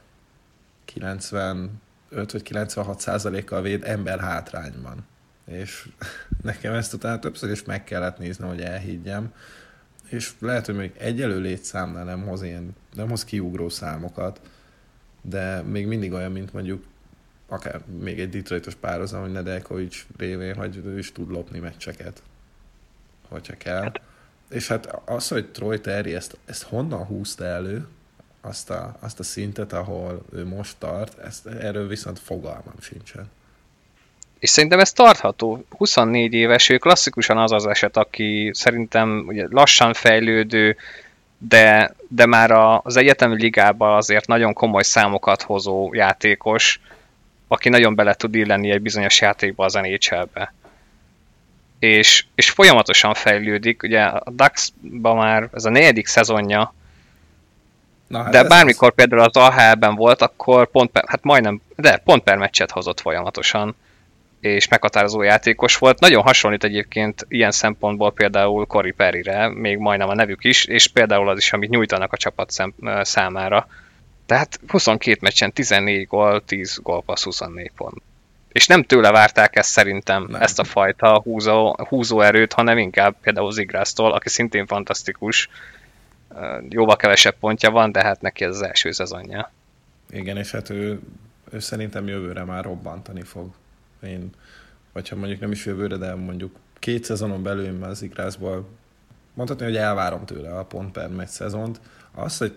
95 vagy 96%-kal véd ember hátrányban. És nekem ezt utána többször is meg kellett néznem, hogy elhiggyem. És lehet, hogy még egyelő létszámnál nem hoz kiugró számokat, de még mindig olyan, mint mondjuk akár még egy Detroitos párhuzam, hogy Nedeljkovic révén, hogy ő is tud lopni meccseket, hogyha kell. Hát. És hát az, hogy Troy Terry ezt honnan húzta elő, azt a szintet, ahol ő most tart, erről viszont fogalmam sincsen. És szerintem ez tartható. 24 éves, ő klasszikusan az eset, aki szerintem ugye lassan fejlődő, de már az egyetemi ligában azért nagyon komoly számokat hozó játékos, aki nagyon bele tud illeni egy bizonyos játékba az NHL-be. És folyamatosan fejlődik, ugye a Ducks-ban már ez a 4. szezonja, de bármikor például az AHL-ben volt, akkor pont per meccset hozott folyamatosan, és meghatározó játékos volt. Nagyon hasonlít egyébként ilyen szempontból például Corey Perryre, még majdnem a nevük is, és például az is, amit nyújtanak a csapat számára. Tehát 22 meccsen 14 gól, 10 gólpassz, 24 pont. És nem tőle várták ezt szerintem, ezt a fajta húzó erőt, hanem inkább például Zegrastól, aki szintén fantasztikus, jóval kevesebb pontja van, de hát neki ez az első szezonja. Igen, és hát ő szerintem jövőre már robbantani fog. Vagy ha mondjuk nem is jövőre, de mondjuk 2 szezonon belül már az Zegrasból mondhatni, hogy elvárom tőle a pont per meccs szezont. Az, hogy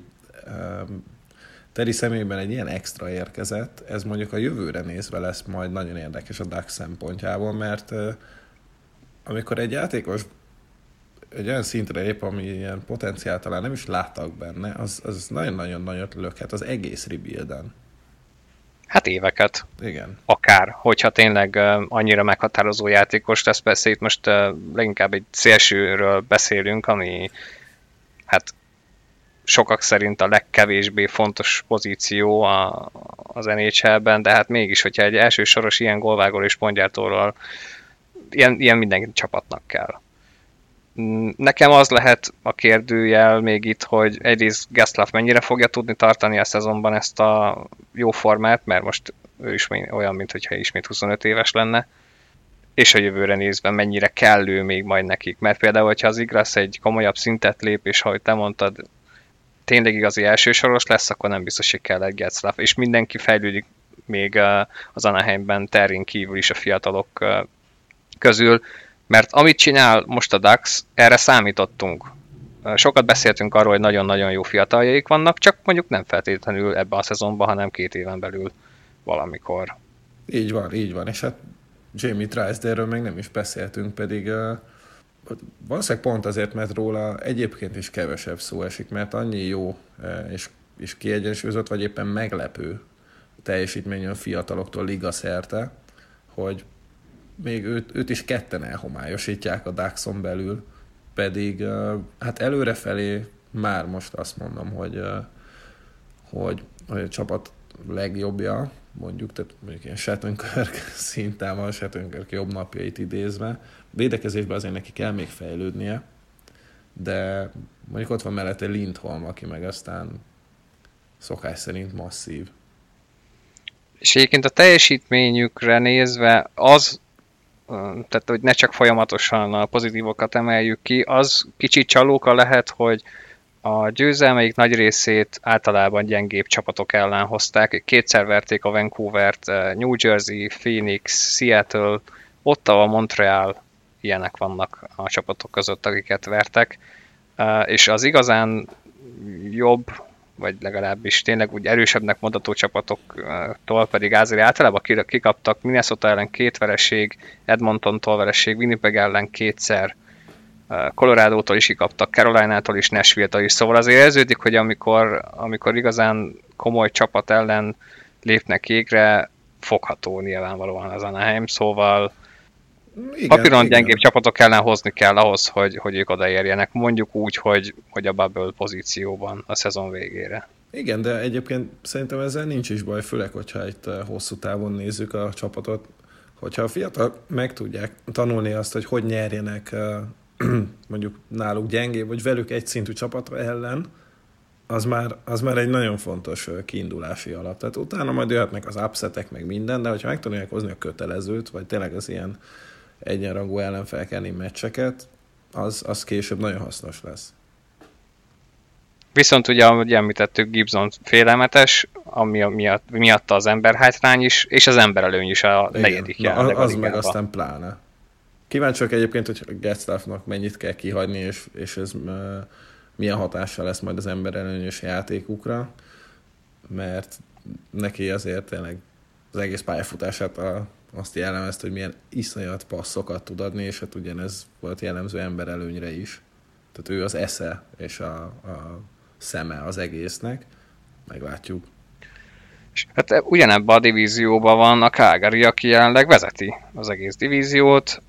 Terry személyben egy ilyen extra érkezett, ez mondjuk a jövőre nézve lesz majd nagyon érdekes a Ducks szempontjából, mert amikor egy játékos egy olyan szintre épp, ami ilyen potenciált talán nem is láttak benne, az nagyon-nagyon nagyot lökhet az egész rebuilden. Hát éveket. Igen. Akár, hogyha tényleg annyira meghatározó játékos lesz, persze itt most leginkább egy szélsőről beszélünk, ami hát sokak szerint a legkevésbé fontos pozíció az NHL-ben, de hát mégis, hogyha egy elsősoros ilyen gólvágól és pontgyártóról ilyen minden csapatnak kell. Nekem az lehet a kérdőjel még itt, hogy egyrészt Getzlaf mennyire fogja tudni tartani a szezonban ezt a jó formát, mert most ő is olyan, mintha ismét 25 éves lenne, és a jövőre nézve mennyire kellő még majd nekik. Mert például, hogyha az Zegras egy komolyabb szintet lép, és ahogy te mondtad, tényleg igazi elsősoros lesz, akkor nem biztos, hogy kell egy Getzlaf. És mindenki fejlődik még az Anaheimben, Terryn kívül is a fiatalok közül, mert amit csinál most a Ducks, erre számítottunk. Sokat beszéltünk arról, hogy nagyon-nagyon jó fiataljaik vannak, csak mondjuk nem feltétlenül ebbe a szezonban, hanem 2 éven belül valamikor. Így van, és hát Jamie Drysdale-ről még nem is beszéltünk, pedig valószínűleg pont azért, mert róla egyébként is kevesebb szó esik, mert annyi jó és kiegyensúlyozott, vagy éppen meglepő teljesítményű fiataloktól liga szerte, hogy még őt is ketten elhomályosítják a Duckson belül, pedig hát előrefelé már most azt mondom, hogy a csapat legjobbja, tehát mondjuk ilyen Shattenkirk szintával, Shattenkirk jobb napjait idézve. Védekezésben azért neki kell még fejlődnie, de mondjuk ott van mellette Lindholm, aki meg aztán szokás szerint masszív. És egyébként a teljesítményükre nézve az, tehát hogy ne csak folyamatosan a pozitívokat emeljük ki, az kicsit csalóka lehet, hogy a győzelmeik nagy részét általában gyengébb csapatok ellen hozták. Kétszer verték a Vancouvert, New Jersey, Phoenix, Seattle, Ottawa, Montreal, ilyenek vannak a csapatok között, akiket vertek. És az igazán jobb, vagy legalábbis tényleg úgy erősebbnek mondható csapatoktól pedig azért általában kikaptak Minnesota ellen 2 vereség, Edmontontól vereség, Winnipeg ellen 2-szer, Colorado-tól is kikaptak, Caroline-tól is, Nashville-től is, szóval azért érződik, hogy amikor igazán komoly csapat ellen lépnek égre, fogható nyilvánvalóan az Anaheim, szóval papíron gyengébb csapatok ellen hozni kell ahhoz, hogy ők odaérjenek, mondjuk úgy, hogy a bubble pozícióban a szezon végére. Igen, de egyébként szerintem ezzel nincs is baj, főleg, hogyha itt hosszú távon nézzük a csapatot, hogyha a fiatal meg tudják tanulni azt, hogy nyerjenek mondjuk náluk gyengébb, vagy velük egy szintű csapatra ellen, az már egy nagyon fontos kiindulási alap. Tehát utána majd jöhetnek az upsetek, meg minden, de hogyha meg tudják hozni a kötelezőt, vagy tényleg az ilyen egyenrangú ellenfelkelni meccseket, az később nagyon hasznos lesz. Viszont ugye, ahogy említettük, Gibson félelmetes, ami miatta az emberhátrány is, és az emberelőny is a negyedik jelenleg. Az meg aztán pláne. Kíváncsiak egyébként, hogy Getzlaffnak mennyit kell kihagyni, és ez milyen hatással lesz majd az emberelőnyös játékukra, mert neki azért tényleg az egész pályafutását azt jellemezte, hogy milyen iszonyat passzokat tud adni, és hát ugyanez volt jellemző emberelőnyre is. Tehát ő az esze és a szeme az egésznek. Meglátjuk. Hát ugyanebben a divízióban van a Calgary, aki jelenleg vezeti az egész divíziót.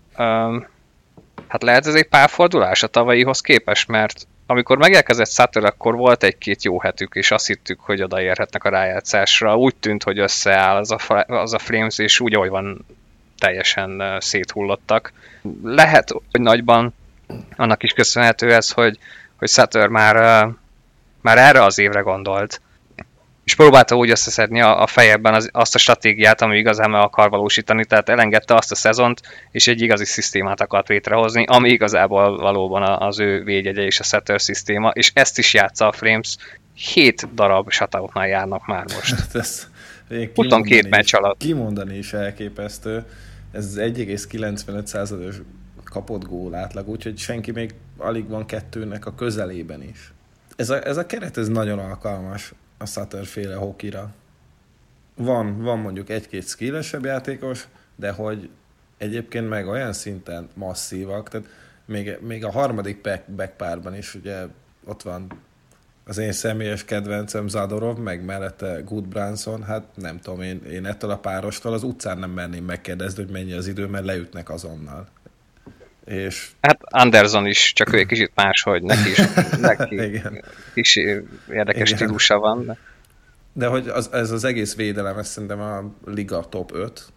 Hát lehet ez egy párfordulás a tavalyihoz képest, mert amikor megérkezett Sutter, akkor volt egy-két jó hetük, és azt hittük, hogy odaérhetnek a rájátszásra. Úgy tűnt, hogy összeáll az a Flames, és úgy, ahogy van, teljesen széthullottak. Lehet, hogy nagyban annak is köszönhető ez, hogy Sutter már erre az évre gondolt, és próbálta úgy összeszedni a fejében azt a stratégiát, ami igazán meg akar valósítani, tehát elengedte azt a szezont, és egy igazi szisztémát akart létrehozni, ami igazából valóban az ő védjegye és a Sutter szisztéma, és ezt is játsza a Flames. 7 darab shutoutnál járnak már most. Hát ez 22 meccs alatt. Kimondani is elképesztő. Ez 1,95%-os kapott gól átlag, úgyhogy senki még alig van 2-nek a közelében is. Ez a keret ez nagyon alkalmas a Sutter-féle hokira. Van mondjuk egy-két skillesebb játékos, de hogy egyébként meg olyan szinten masszívak, tehát még a harmadik backpárban is ugye ott van az én személyes kedvencem Zadorov, meg mellette Goodbranson, hát nem tudom, én ettől a párostól az utcán nem merném megkérdezni, hogy mennyi az idő, mert leütnek azonnal. És... Hát Anderson is, csak ő egy kicsit máshogy, neki is érdekes stílusa van. De hogy ez az egész védelem, ezt szerintem a liga top 5,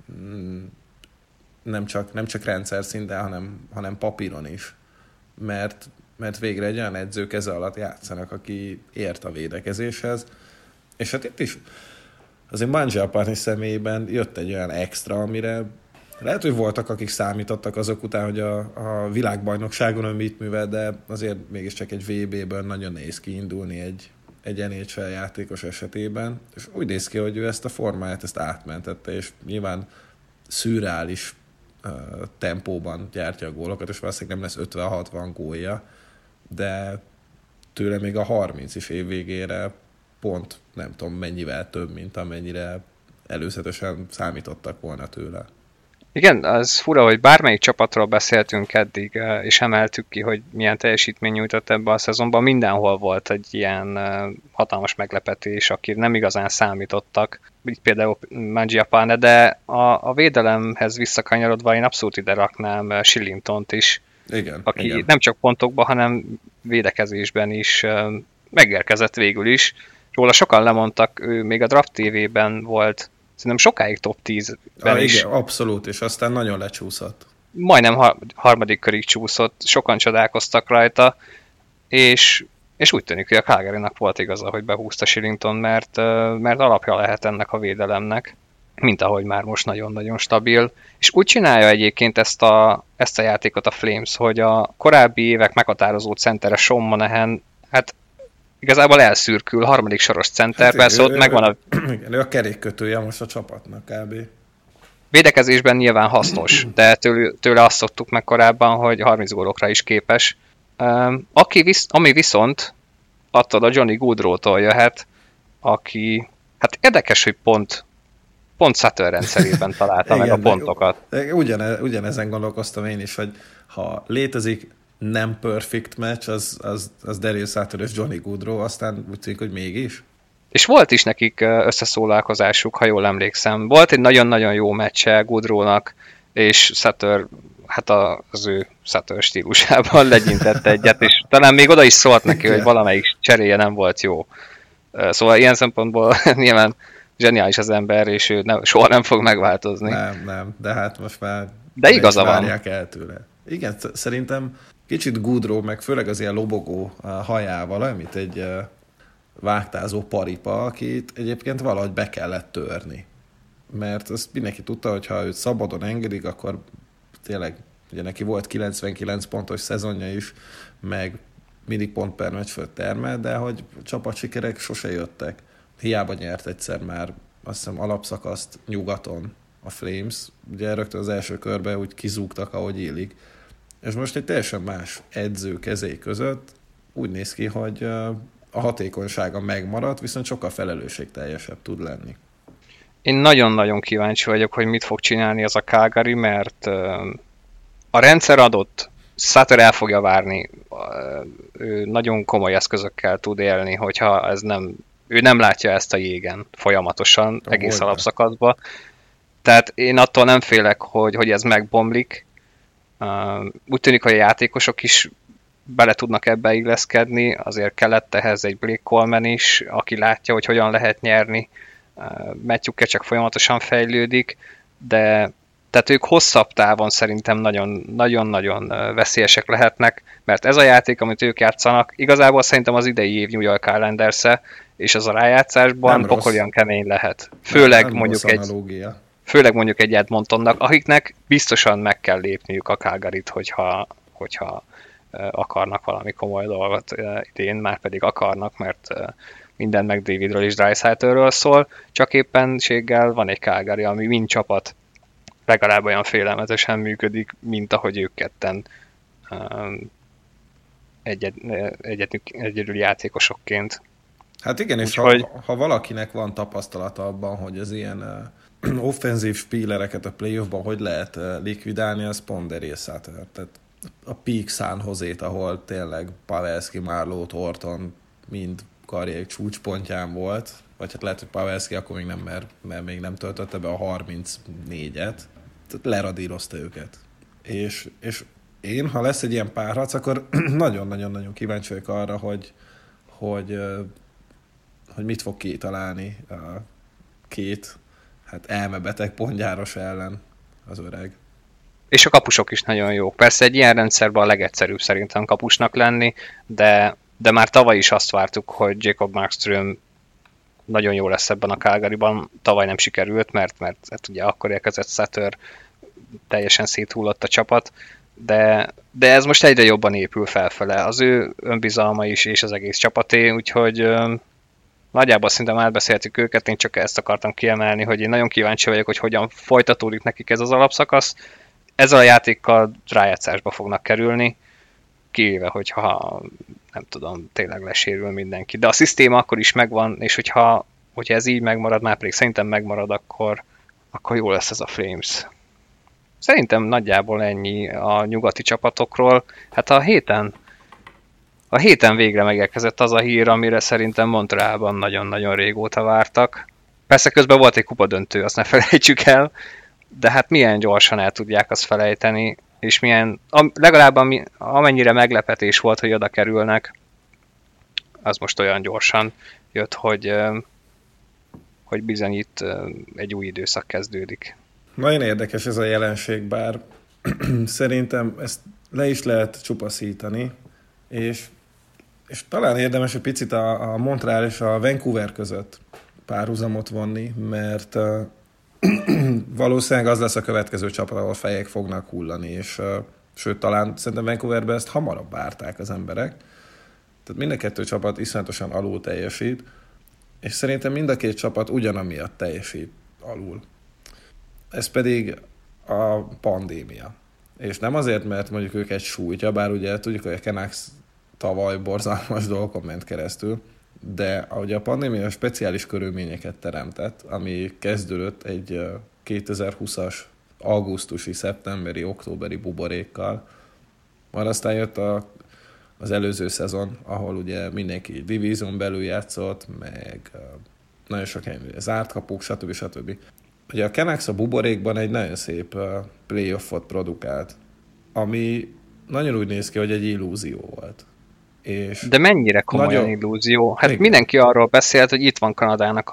nem csak rendszer szinten, hanem papíron is. Mert végre egy olyan edző keze alatt játszanak, aki ért a védekezéshez. És hát itt is azért Mangiapane személyében jött egy olyan extra, amire lehet, hogy voltak, akik számítottak azok után, hogy a világbajnokságon mit művel, de azért mégiscsak egy VB-ből nagyon nehéz kiindulni egy NHL játékos esetében, és úgy néz ki, hogy ő ezt a formáját, ezt átmentette, és nyilván szürreális tempóban gyártja a gólokat, és valószínűleg nem lesz 50-60 gólja, de tőle még a 30 is év végére pont nem tudom mennyivel több, mint amennyire előzetesen számítottak volna tőle. Igen, az fura, hogy bármelyik csapatról beszéltünk eddig, és emeltük ki, hogy milyen teljesítmény nyújtott ebbe a szezonban, mindenhol volt egy ilyen hatalmas meglepetés, akik nem igazán számítottak, így például Mangiapane, de a védelemhez visszakanyarodva én abszolút ide raknám Shillingtont is, igen, aki igen. Nem csak pontokban, hanem védekezésben is megérkezett végül is. Róla sokan lemondtak, ő még a Draft TV-ben volt, szerintem sokáig top 10-ben is. Igen, abszolút, és aztán nagyon lecsúszott. Majdnem harmadik körig csúszott, sokan csodálkoztak rajta, és És úgy tűnik, hogy a Calgarynak volt igaza, hogy behúzta Shillington, mert alapja lehet ennek a védelemnek, mint ahogy már most nagyon-nagyon stabil. És úgy csinálja egyébként ezt a játékot a Flames, hogy a korábbi évek meghatározó centere Sean Monahan, hát igazából elszürkül, harmadik soros center, hát persze ott megvan a... Ő a kerékkötője most a csapatnak kb. Védekezésben nyilván hasznos, de tőle azt szoktuk meg korábban, hogy 30 gólokra is képes. Ami viszont attól a Johnny Gaudreau-tól jöhet, aki, hát érdekes, hogy pont Sutter rendszerében találta meg a pontokat. Ugyanezen gondolkoztam én is, hogy ha létezik nem perfect match, az Daryl Sutter és Johnny Gaudreau, aztán úgy tűnik, hogy mégis. És volt is nekik összeszólalkozásuk, ha jól emlékszem. Volt egy nagyon-nagyon jó meccse Gaudreaunak, és Sutter, hát az ő Sutter stílusában legyintett egyet, és talán még oda is szólt neki, hogy valamelyik cseréje nem volt jó. Szóval ilyen szempontból nyilván zseniális az ember, és ő soha nem fog megváltozni. Nem, de hát most már de igaza van. El tőle. Igen, szerintem kicsit Gaudreau, meg főleg az ilyen lobogó hajával, amit egy vágtázó paripa, akit egyébként valahogy be kellett törni. Mert azt mindenki tudta, hogy ha őt szabadon engedik, akkor tényleg, ugye neki volt 99 pontos szezonja is, meg mindig pont per meccs fölött termel, de hogy csapatsikerek sose jöttek. Hiába nyert egyszer már, azt hiszem, alapszakaszt nyugaton a Flames, ugye rögtön az első körben úgy kizúgtak, ahogy illik. És most egy teljesen más edző kezé között úgy néz ki, hogy a hatékonysága megmaradt, viszont sokkal felelősségteljesebb tud lenni. Én nagyon-nagyon kíváncsi vagyok, hogy mit fog csinálni az a Calgary, mert a rendszer adott, Sutter el fogja várni, ő nagyon komoly eszközökkel tud élni, hogyha ő nem látja ezt a jégen folyamatosan, egész alapszakaszban. Tehát én attól nem félek, hogy ez megbomlik. Úgy tűnik, hogy a játékosok is bele tudnak ebbe illeszkedni, azért kellett ehhez egy Blake Coleman is, aki látja, hogy hogyan lehet nyerni. Matthew Tkachuk folyamatosan fejlődik, de tehát ők hosszabb távon szerintem nagyon-nagyon veszélyesek lehetnek, mert ez a játék, amit ők játszanak, igazából szerintem az idei év New York Islanders-e, és az a rájátszásban pokolian kemény lehet. Főleg mondjuk egy Edmontonnak, akiknek biztosan meg kell lépniük a Calgaryt, hogyha akarnak valami komoly dolgot idén, már pedig akarnak, mert minden meg Davidről és Dreisaitlről szól, csak éppenséggel van egy Calgary, ami mind csapat legalább olyan félelmetesen működik, mint ahogy ők ketten egyedül játékosokként. Hát igen, és ha valakinek van tapasztalata abban, hogy az ilyen offenzív spílereket a playoffban hogy lehet likvidálni, az pont Daryl Sutter. Tehát a Peak San Jose-t, ahol tényleg Pavelski, Marleau, Thornton mind karrierjük csúcspontján volt, vagy hát lehet, hogy Pavelski akkor még nem, mert még nem töltötte be a 34-et, tehát leradírozta őket. És én, ha lesz egy ilyen párharc, akkor nagyon-nagyon-nagyon kíváncsi vagyok arra, hogy mit fog kitalálni a két elmebeteg pontgyáros ellen az öreg. És a kapusok is nagyon jók. Persze egy ilyen rendszerben a legegyszerűbb szerintem kapusnak lenni, de már tavaly is azt vártuk, hogy Jacob Markström nagyon jó lesz ebben a Calgaryban. Tavaly nem sikerült, mert hát ugye akkor érkezett Sutter, teljesen széthullott a csapat, de ez most egyre jobban épül felfele. Az ő önbizalma is, és az egész csapaté, úgyhogy nagyjából szerintem átbeszéltük őket, én csak ezt akartam kiemelni, hogy én nagyon kíváncsi vagyok, hogy hogyan folytatódik nekik ez az alapszakasz. Ezzel a játékkal rájátszásba fognak kerülni, kivéve, hogyha nem tudom, tényleg lesérül mindenki. De a szisztéma akkor is megvan, és hogyha ez így megmarad, már pedig szerintem megmarad, akkor jó lesz ez a Flames. Szerintem nagyjából ennyi a nyugati csapatokról. Hát a héten végre megérkezett az a hír, amire szerintem Montrealban nagyon-nagyon régóta vártak. Persze közben volt egy kupadöntő, azt ne felejtsük el, de hát milyen gyorsan el tudják azt felejteni, és legalább amennyire meglepetés volt, hogy oda kerülnek, az most olyan gyorsan jött, hogy bizony itt egy új időszak kezdődik. Nagyon érdekes ez a jelenség, bár szerintem ezt le is lehet csupaszítani, és És talán érdemes egy picit a Montreal és a Vancouver között párhuzamot vonni, mert valószínűleg az lesz a következő csapat, ahol fejek fognak hullani, és sőt, talán szerintem Vancouverben ezt hamarabb várták az emberek. Tehát mind a kettő csapat iszonyatosan alul teljesít, és szerintem mind a két csapat ugyanamiatt teljesít alul. Ez pedig a pandémia. És nem azért, mert mondjuk őket sújtja, bár ugye tudjuk, hogy a Canucks tavaly borzalmas dolgokon ment keresztül, de ahogy a pandémia speciális körülményeket teremtett, ami kezdődött egy 2020-as augusztusi, szeptemberi, októberi buborékkal, majd aztán jött az előző szezon, ahol ugye mindenki divízión belül játszott, meg nagyon sok helyen zárt kapuk, stb. Ugye a Canucks a buborékban egy nagyon szép playoffot produkált, ami nagyon úgy néz ki, hogy egy illúzió volt. És de mennyire komolyan illúzió? Hát igen. Mindenki arról beszélt, hogy itt van Kanadának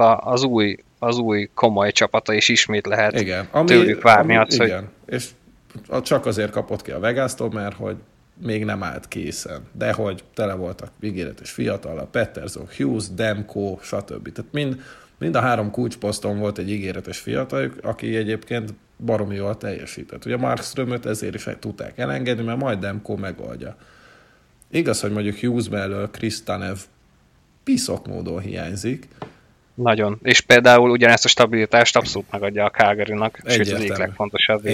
az új komoly csapata, és ismét lehet tőlük várni azt, hogy... Igen, és csak azért kapott ki a Vegas-tól, mert hogy még nem állt készen. De hogy tele voltak ígéretes fiatal, a Pettersson, Hughes, Demko, stb. Tehát mind a 3 kulcsposzton volt egy ígéretes fiataljuk, aki egyébként baromi jól teljesített. Ugye Markströmöt ezért is tudták elengedni, mert majd Demko megoldja. Igaz, hogy mondjuk Hughes mellől Chris Tanev piszok módon hiányzik. Nagyon. És például ugyanezt a stabilitást abszolút megadja a Calgary-nak, sőt az egyik legfontosabb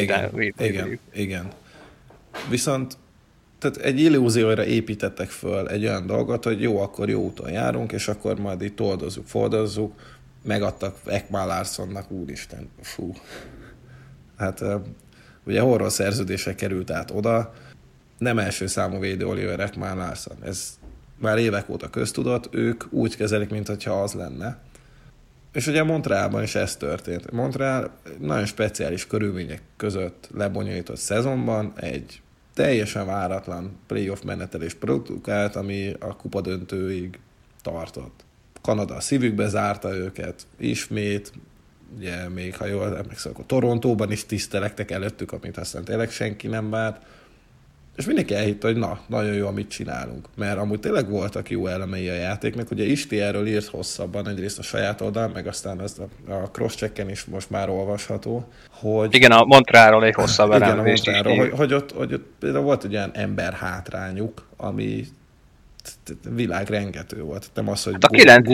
Igen. Viszont tehát egy illúzióra építettek föl egy olyan dolgot, hogy jó, akkor jó úton járunk, és akkor majd itt foldozzuk, megadtak Ekman Larssonnak, úristen, fú. Hát ugye horror szerződésre került át oda, nem első számú védő Oliver Ekman Larsson. Ez már évek óta köztudott, ők úgy kezelik, mintha az lenne. És ugye Montrealban is ez történt. Montreal nagyon speciális körülmények között lebonyolított szezonban egy teljesen váratlan playoff menetelés produkált, ami a kupadöntőig tartott. Kanada a szívükbe zárta őket, ismét, ugye még ha jól emlékszem, akkor Torontóban is tisztelektek előttük, amit aztán tényleg senki nem várt. És mindenki elhitte, hogy nagyon jó, amit csinálunk. Mert amúgy tényleg voltak jó elemei a játéknak. Ugye Isti erről írt hosszabban, egyrészt a saját oldalán, meg aztán a crosschecken is most már olvasható, hogy... Igen, a Montrealról egy hosszabb elemzést is. Hogy ott például volt egy olyan ember hátrányuk, ami világrengető volt. Nem az, hogy hát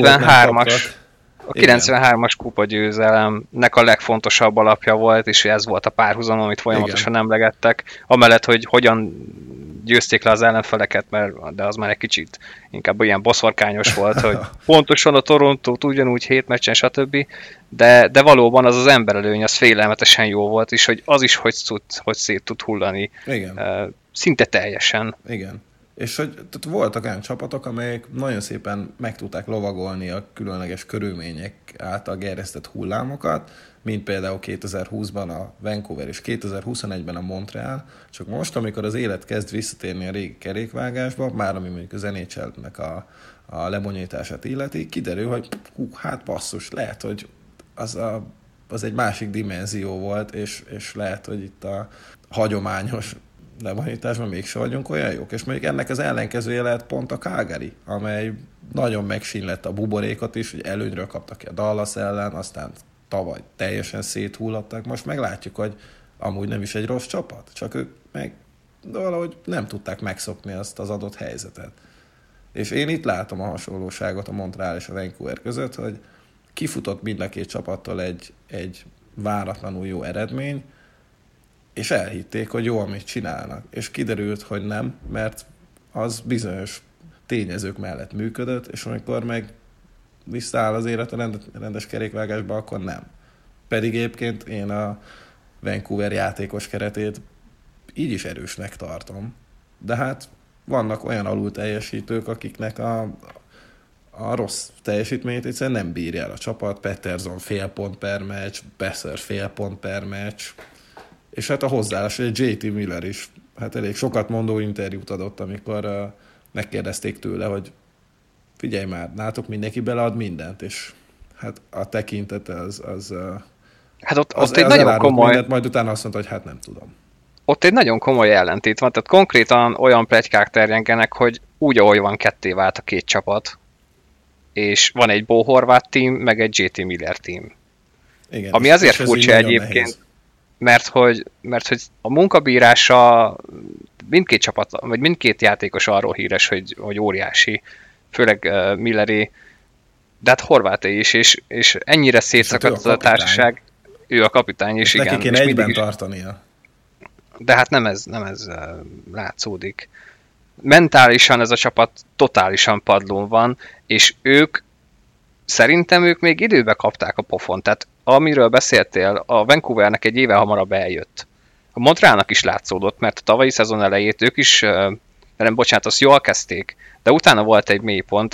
a 93-as kupagyőzelemnek a legfontosabb alapja volt, és ez volt a párhuzam, amit folyamatosan emlegettek. Amellett, hogy hogyan győzték le az ellenfeleket, de az már egy kicsit inkább ilyen boszorkányos volt, hogy pontosan a Torontót ugyanúgy 7 meccsen, stb. De valóban az emberelőny, az félelmetesen jó volt, és hogy az is, hogy szét tud hullani. Igen. Szinte teljesen. Igen. És hogy voltak olyan csapatok, amelyek nagyon szépen meg tudták lovagolni a különleges körülmények által gerjesztett hullámokat, mint például 2020-ban a Vancouver és 2021-ben a Montreal, csak most, amikor az élet kezd visszatérni a régi kerékvágásba, már ami mondjuk az NHL-nek a lebonyolítását illeti, kiderül, hogy hát basszus, lehet, hogy az egy másik dimenzió volt, és lehet, hogy itt a hagyományos lebonyolításban mégse vagyunk olyan jók. És mondjuk ennek az ellenkezője lehet pont a Calgary, amely nagyon megsínlette a buborékot is, hogy előnyről kaptak ki a Dallas ellen, aztán tavaly teljesen széthullattak. Most meglátjuk, hogy amúgy nem is egy rossz csapat, csak ők meg valahogy nem tudták megszokni azt az adott helyzetet. És én itt látom a hasonlóságot a Montreal és a Vancouver között, hogy kifutott mind a két csapattól egy váratlanul jó eredmény, és elhitték, hogy jó, amit csinálnak. És kiderült, hogy nem, mert az bizonyos tényezők mellett működött, és amikor meg visszaáll az élet a rendes kerékvágásba, akkor nem. Pedig egyébként én a Vancouver játékos keretét így is erősnek tartom. De hát vannak olyan alulteljesítők, akiknek a rossz teljesítményt egyszerűen nem bírja el a csapat. Pettersson fél pont per meccs, Besser fél pont per meccs, és hát a hozzáállás, hogy JT Miller is hát elég sokat mondó interjút adott, amikor megkérdezték tőle, hogy figyelj már, nálatok mindenki belead mindent, és hát a tekintete az hát ott egy nagyon komoly... Mindent, majd utána azt mondta, hogy hát nem tudom. Ott egy nagyon komoly ellentét van, tehát konkrétan olyan pletykák terjengenek, hogy úgy, ahogy van, ketté vált a két csapat, és van egy Bo Horvath team, meg egy JT Miller team. Igen, Ami és azért ez furcsa így nagyon egyébként, nehéz. mert hogy a munkabírása mindkét csapat, vagy mindkét játékos arról híres, hogy óriási, főleg Milleré, de hát Horváté is, és ennyire szétszakadt ő a a társaság, ő a kapitány is, És igen. neki kéne és egyben mindig is, tartania. de hát nem ez látszódik. Mentálisan ez a csapat totálisan padlón van, és szerintem ők még időbe kapták a pofont. Tehát amiről beszéltél, a Vancouvernek egy éve hamarabb eljött. A Montrealnak is látszódott, mert a tavalyi szezon elejét ők is, nem, bocsánat, azt jól kezdték, de utána volt egy mélypont,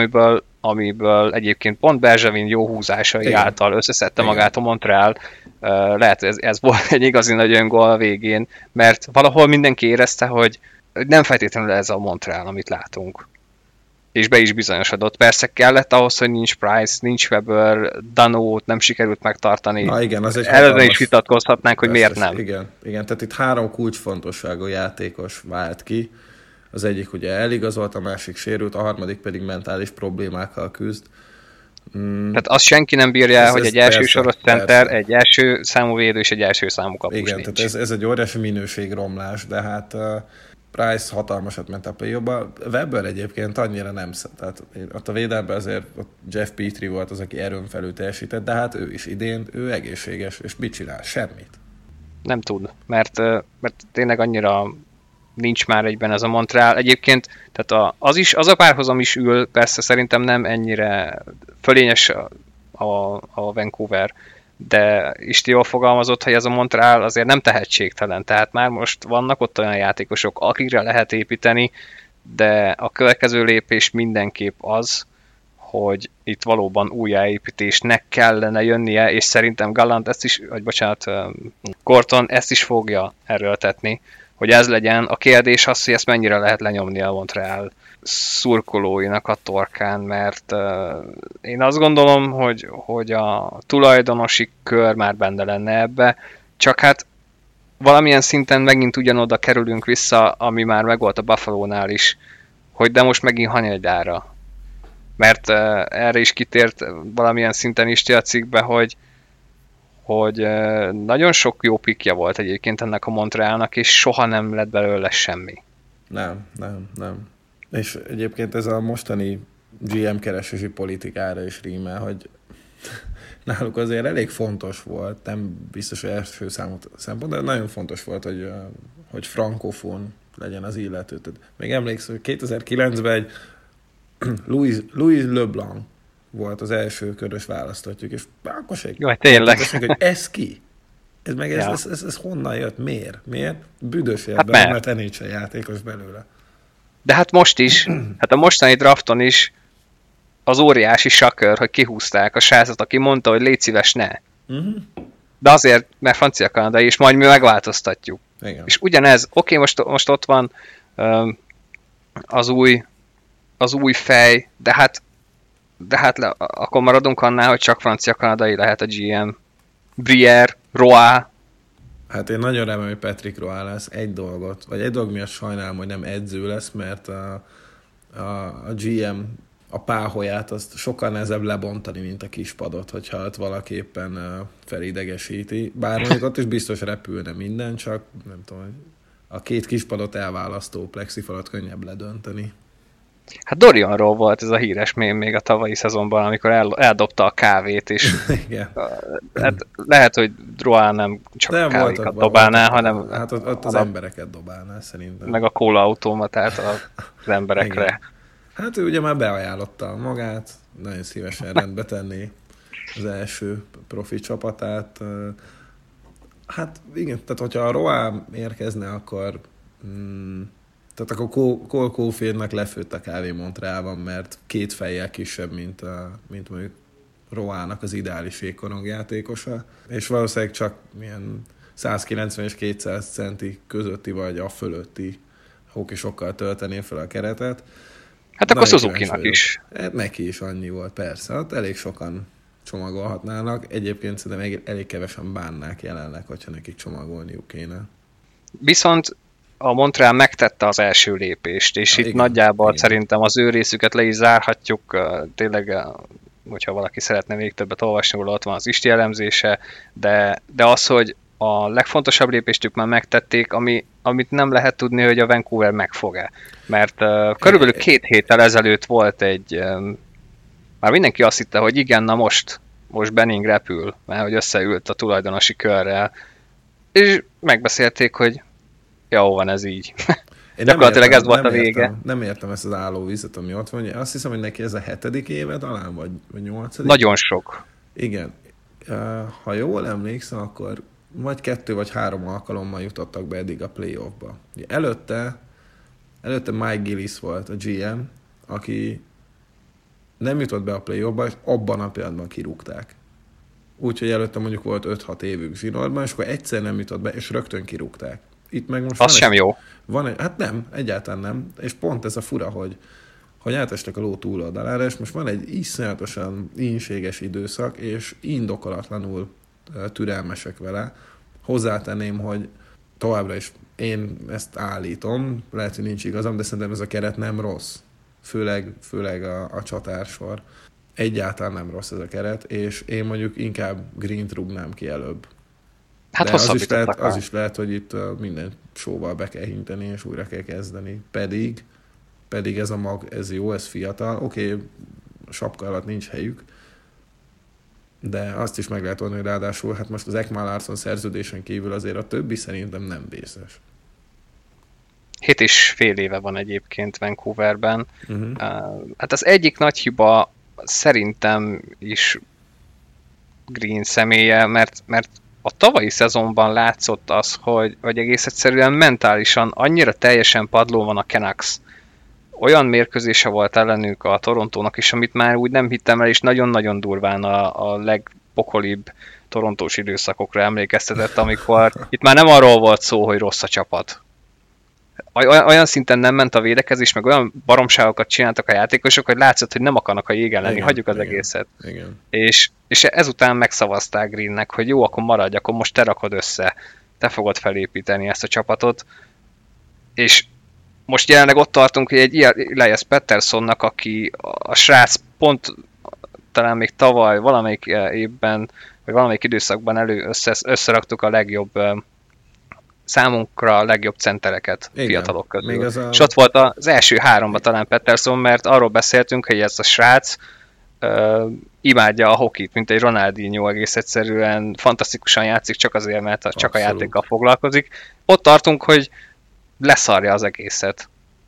amiből egyébként pont Bergevin jó húzásai Igen. által összeszedte Igen. magát a Montreal. Lehet, hogy ez volt egy igazi nagy öngól a végén, mert valahol mindenki érezte, hogy nem feltétlenül ez a Montreal, amit látunk. És be is bizonyosodott. Persze kellett ahhoz, hogy nincs Price, nincs Weber, Danót nem sikerült megtartani. Na igen, az egy Előre hatalmas is vitatkozhatnánk, hogy miért vesztes. nem. Igen, tehát itt 3 kulcsfontosságú játékos vált ki. Az egyik ugye eligazolt, a másik sérült, a harmadik pedig mentális problémákkal küzd. Tehát azt senki nem bírja el, hogy egy első persze, soros center, persze. egy első számú védő és egy első számú kapus Igen, nincs. tehát ez egy óriási minőségromlás, de hát Price hatalmasat ment a play-offba. Weber egyébként annyira nem tehát ott a védelemben azért ott Jeff Petrie volt az, aki erőn felül teljesített, de hát ő is idén, ő egészséges, és mit csinál? Semmit. Nem tud, mert tényleg annyira nincs már egyben ez a Montreal. Egyébként tehát az a párhuzam is ül, persze szerintem nem ennyire fölényes a Vancouver, de Isti jól fogalmazott, hogy ez a Montreal azért nem tehetségtelen, tehát már most vannak ott olyan játékosok, akikre lehet építeni, de a következő lépés mindenképp az, hogy itt valóban újjáépítésnek kellene jönnie, és szerintem Gallant ezt is, vagy bocsánat, Gorton ezt is fogja erőltetni, hogy ez legyen. A kérdés az, hogy ezt mennyire lehet lenyomni a Montreal szurkolóinak a torkán, mert én azt gondolom, hogy a tulajdonosi kör már benne lenne ebbe, csak hát valamilyen szinten megint ugyanoda kerülünk vissza, ami már megvolt a Buffalo-nál is, hogy de most megint hanyagdára. Mert erre is kitért valamilyen szinten is a cikkbe, hogy nagyon sok jó pikja volt egyébként ennek a Montrealnak, és soha nem lett belőle semmi. Nem. És egyébként ez a mostani GM keresési politikára is rímel, hogy náluk azért elég fontos volt, nem biztos, hogy első számú szempont, de nagyon fontos volt, hogy frankofon legyen az illető. Tehát még emlékszem, hogy 2009-ben egy Louis Leblanc volt az első körös választottjuk, és akkor se... Jaj, tényleg. Hogy ez ki? Ez honnan jött? Miért? Büdös érben, Hát mert NHL játékos belőle. De hát most is, hát a mostani drafton is az óriási sakör, hogy kihúzták a srácot, aki mondta, hogy légy szíves, ne. Uh-huh. De azért, mert francia-kanadai, és majd mi megváltoztatjuk. Igen. És ugyanez, oké, most ott van az új fej, de hát akkor maradunk annál, hogy csak francia-kanadai lehet a GM. Brière, Roy. Hát én nagyon remélem, hogy Patrick Roy lesz egy dolog miatt sajnálom, hogy nem edző lesz, mert a GM a páholyát azt sokkal nehezebb lebontani, mint a kispadot, hogyha ott valaki éppen felidegesíti. Bár mondjuk ott is biztos repülne minden, csak nem tudom, hogy a két kispadot elválasztó plexifalat könnyebb ledönteni. Hát Dorianról volt ez a híres mém még a tavalyi szezonban, amikor eldobta a kávét, és Igen. Hát lehet, hogy Roy nem csak nem kávékat dobálná, hanem hát ott az embereket dobálná szerintem. meg a kóla automatát az emberekre. Igen. Hát ő ugye már beajánlotta magát, nagyon szívesen rendbe tenné az első profi csapatát. Hát igen, tehát hogyha a Roy érkezne, akkor tehát akkor Cole Caulfieldnak lefőtt a kávé Montrealban, mert 2 fejjel kisebb, mint mondjuk Roy-nak az ideális jégkorong játékosa, és valószínűleg csak milyen 190 és 200 centi közötti vagy a fölötti hókisokkal töltené fel a keretet. Hát akkor Suzuki-nak is. Hát neki is annyi volt, persze. Hát elég sokan csomagolhatnának. Egyébként szerintem elég kevesen bánnák jelenleg, hogyha nekik csomagolniuk kéne. Viszont a Montreal megtette az első lépést, és itt nagyjából szerintem az ő részüket le is zárhatjuk, tényleg, hogyha valaki szeretne még többet olvasni, ott van az Isti elemzése, de az, hogy a legfontosabb lépést ők már megtették, amit nem lehet tudni, hogy a Vancouver megfog-e. Mert körülbelül 2 héttel ezelőtt volt már mindenki azt hitte, hogy igen, na most Benning repül, mert hogy összeült a tulajdonosi körrel, és megbeszélték, hogy jó, van ez így. Gyakorlatilag ez volt a vége. Nem értem ezt az állóvizet, ami ott van. Azt hiszem, hogy neki ez a 7. éve talán, vagy 8. Nagyon sok. Igen. Ha jól emlékszem, akkor vagy 2 vagy 3 alkalommal jutottak be eddig a playoffba. Előtte Mike Gillis volt a GM, aki nem jutott be a playoffba, és abban a pillanatban kirúgták. Úgyhogy előtte mondjuk volt 5-6 évük zsinórban, és akkor egyszer nem jutott be, és rögtön kirúgták. Itt meg most az sem jó. Hát nem, egyáltalán nem. És pont ez a fura, hogy átestek a ló túloldalára, és most van egy iszonyatosan ínséges időszak, és indokolatlanul türelmesek vele. Hozzátenném, hogy továbbra is én ezt állítom, lehet, hogy nincs igazam, de szerintem ez a keret nem rossz. Főleg a csatársor. Egyáltalán nem rossz ez a keret, és én mondjuk inkább Greent rúgnám ki előbb. Hát de az is lehet, hogy itt minden showval be kell hinteni, és újra kell kezdeni. Pedig ez a mag, ez jó, ez fiatal. Oké, sapka alatt nincs helyük, de azt is meg lehet mondani, hogy ráadásul hát most az Ekman Larsson szerződésen kívül azért a többi szerintem nem vészes. 7,5 éve van egyébként Vancouverben. Hát az egyik nagy hiba szerintem is Green személye, mert a tavalyi szezonban látszott az, hogy egész egyszerűen mentálisan annyira teljesen padló van a Canucks. Olyan mérkőzése volt ellenük a Torontónak is, amit már úgy nem hittem el, és nagyon-nagyon durván a legpokolibb torontós időszakokra emlékeztetett, amikor itt már nem arról volt szó, hogy rossz a csapat. Olyan szinten nem ment a védekezés, meg olyan baromságokat csináltak a játékosok, hogy látszott, hogy nem akarnak a jégen lenni, hagyjuk az egészet. Igen. És ezután megszavazták Greennek, hogy jó, akkor maradj, akkor most te rakod össze, te fogod felépíteni ezt a csapatot. És most jelenleg ott tartunk, hogy egy ilyen Elias Petterssonnak, aki a srác pont talán még tavaly valamelyik évben, vagy valamelyik időszakban összeraktuk a legjobb számunkra a legjobb centereket fiatalok közül. És ott volt az első 3-ban talán Pettersson, mert arról beszéltünk, hogy ez a srác imádja a hokit, mint egy Ronaldinho, egész egyszerűen fantasztikusan játszik, csak azért, mert csak a játékkal foglalkozik. Ott tartunk, hogy leszarja az egészet.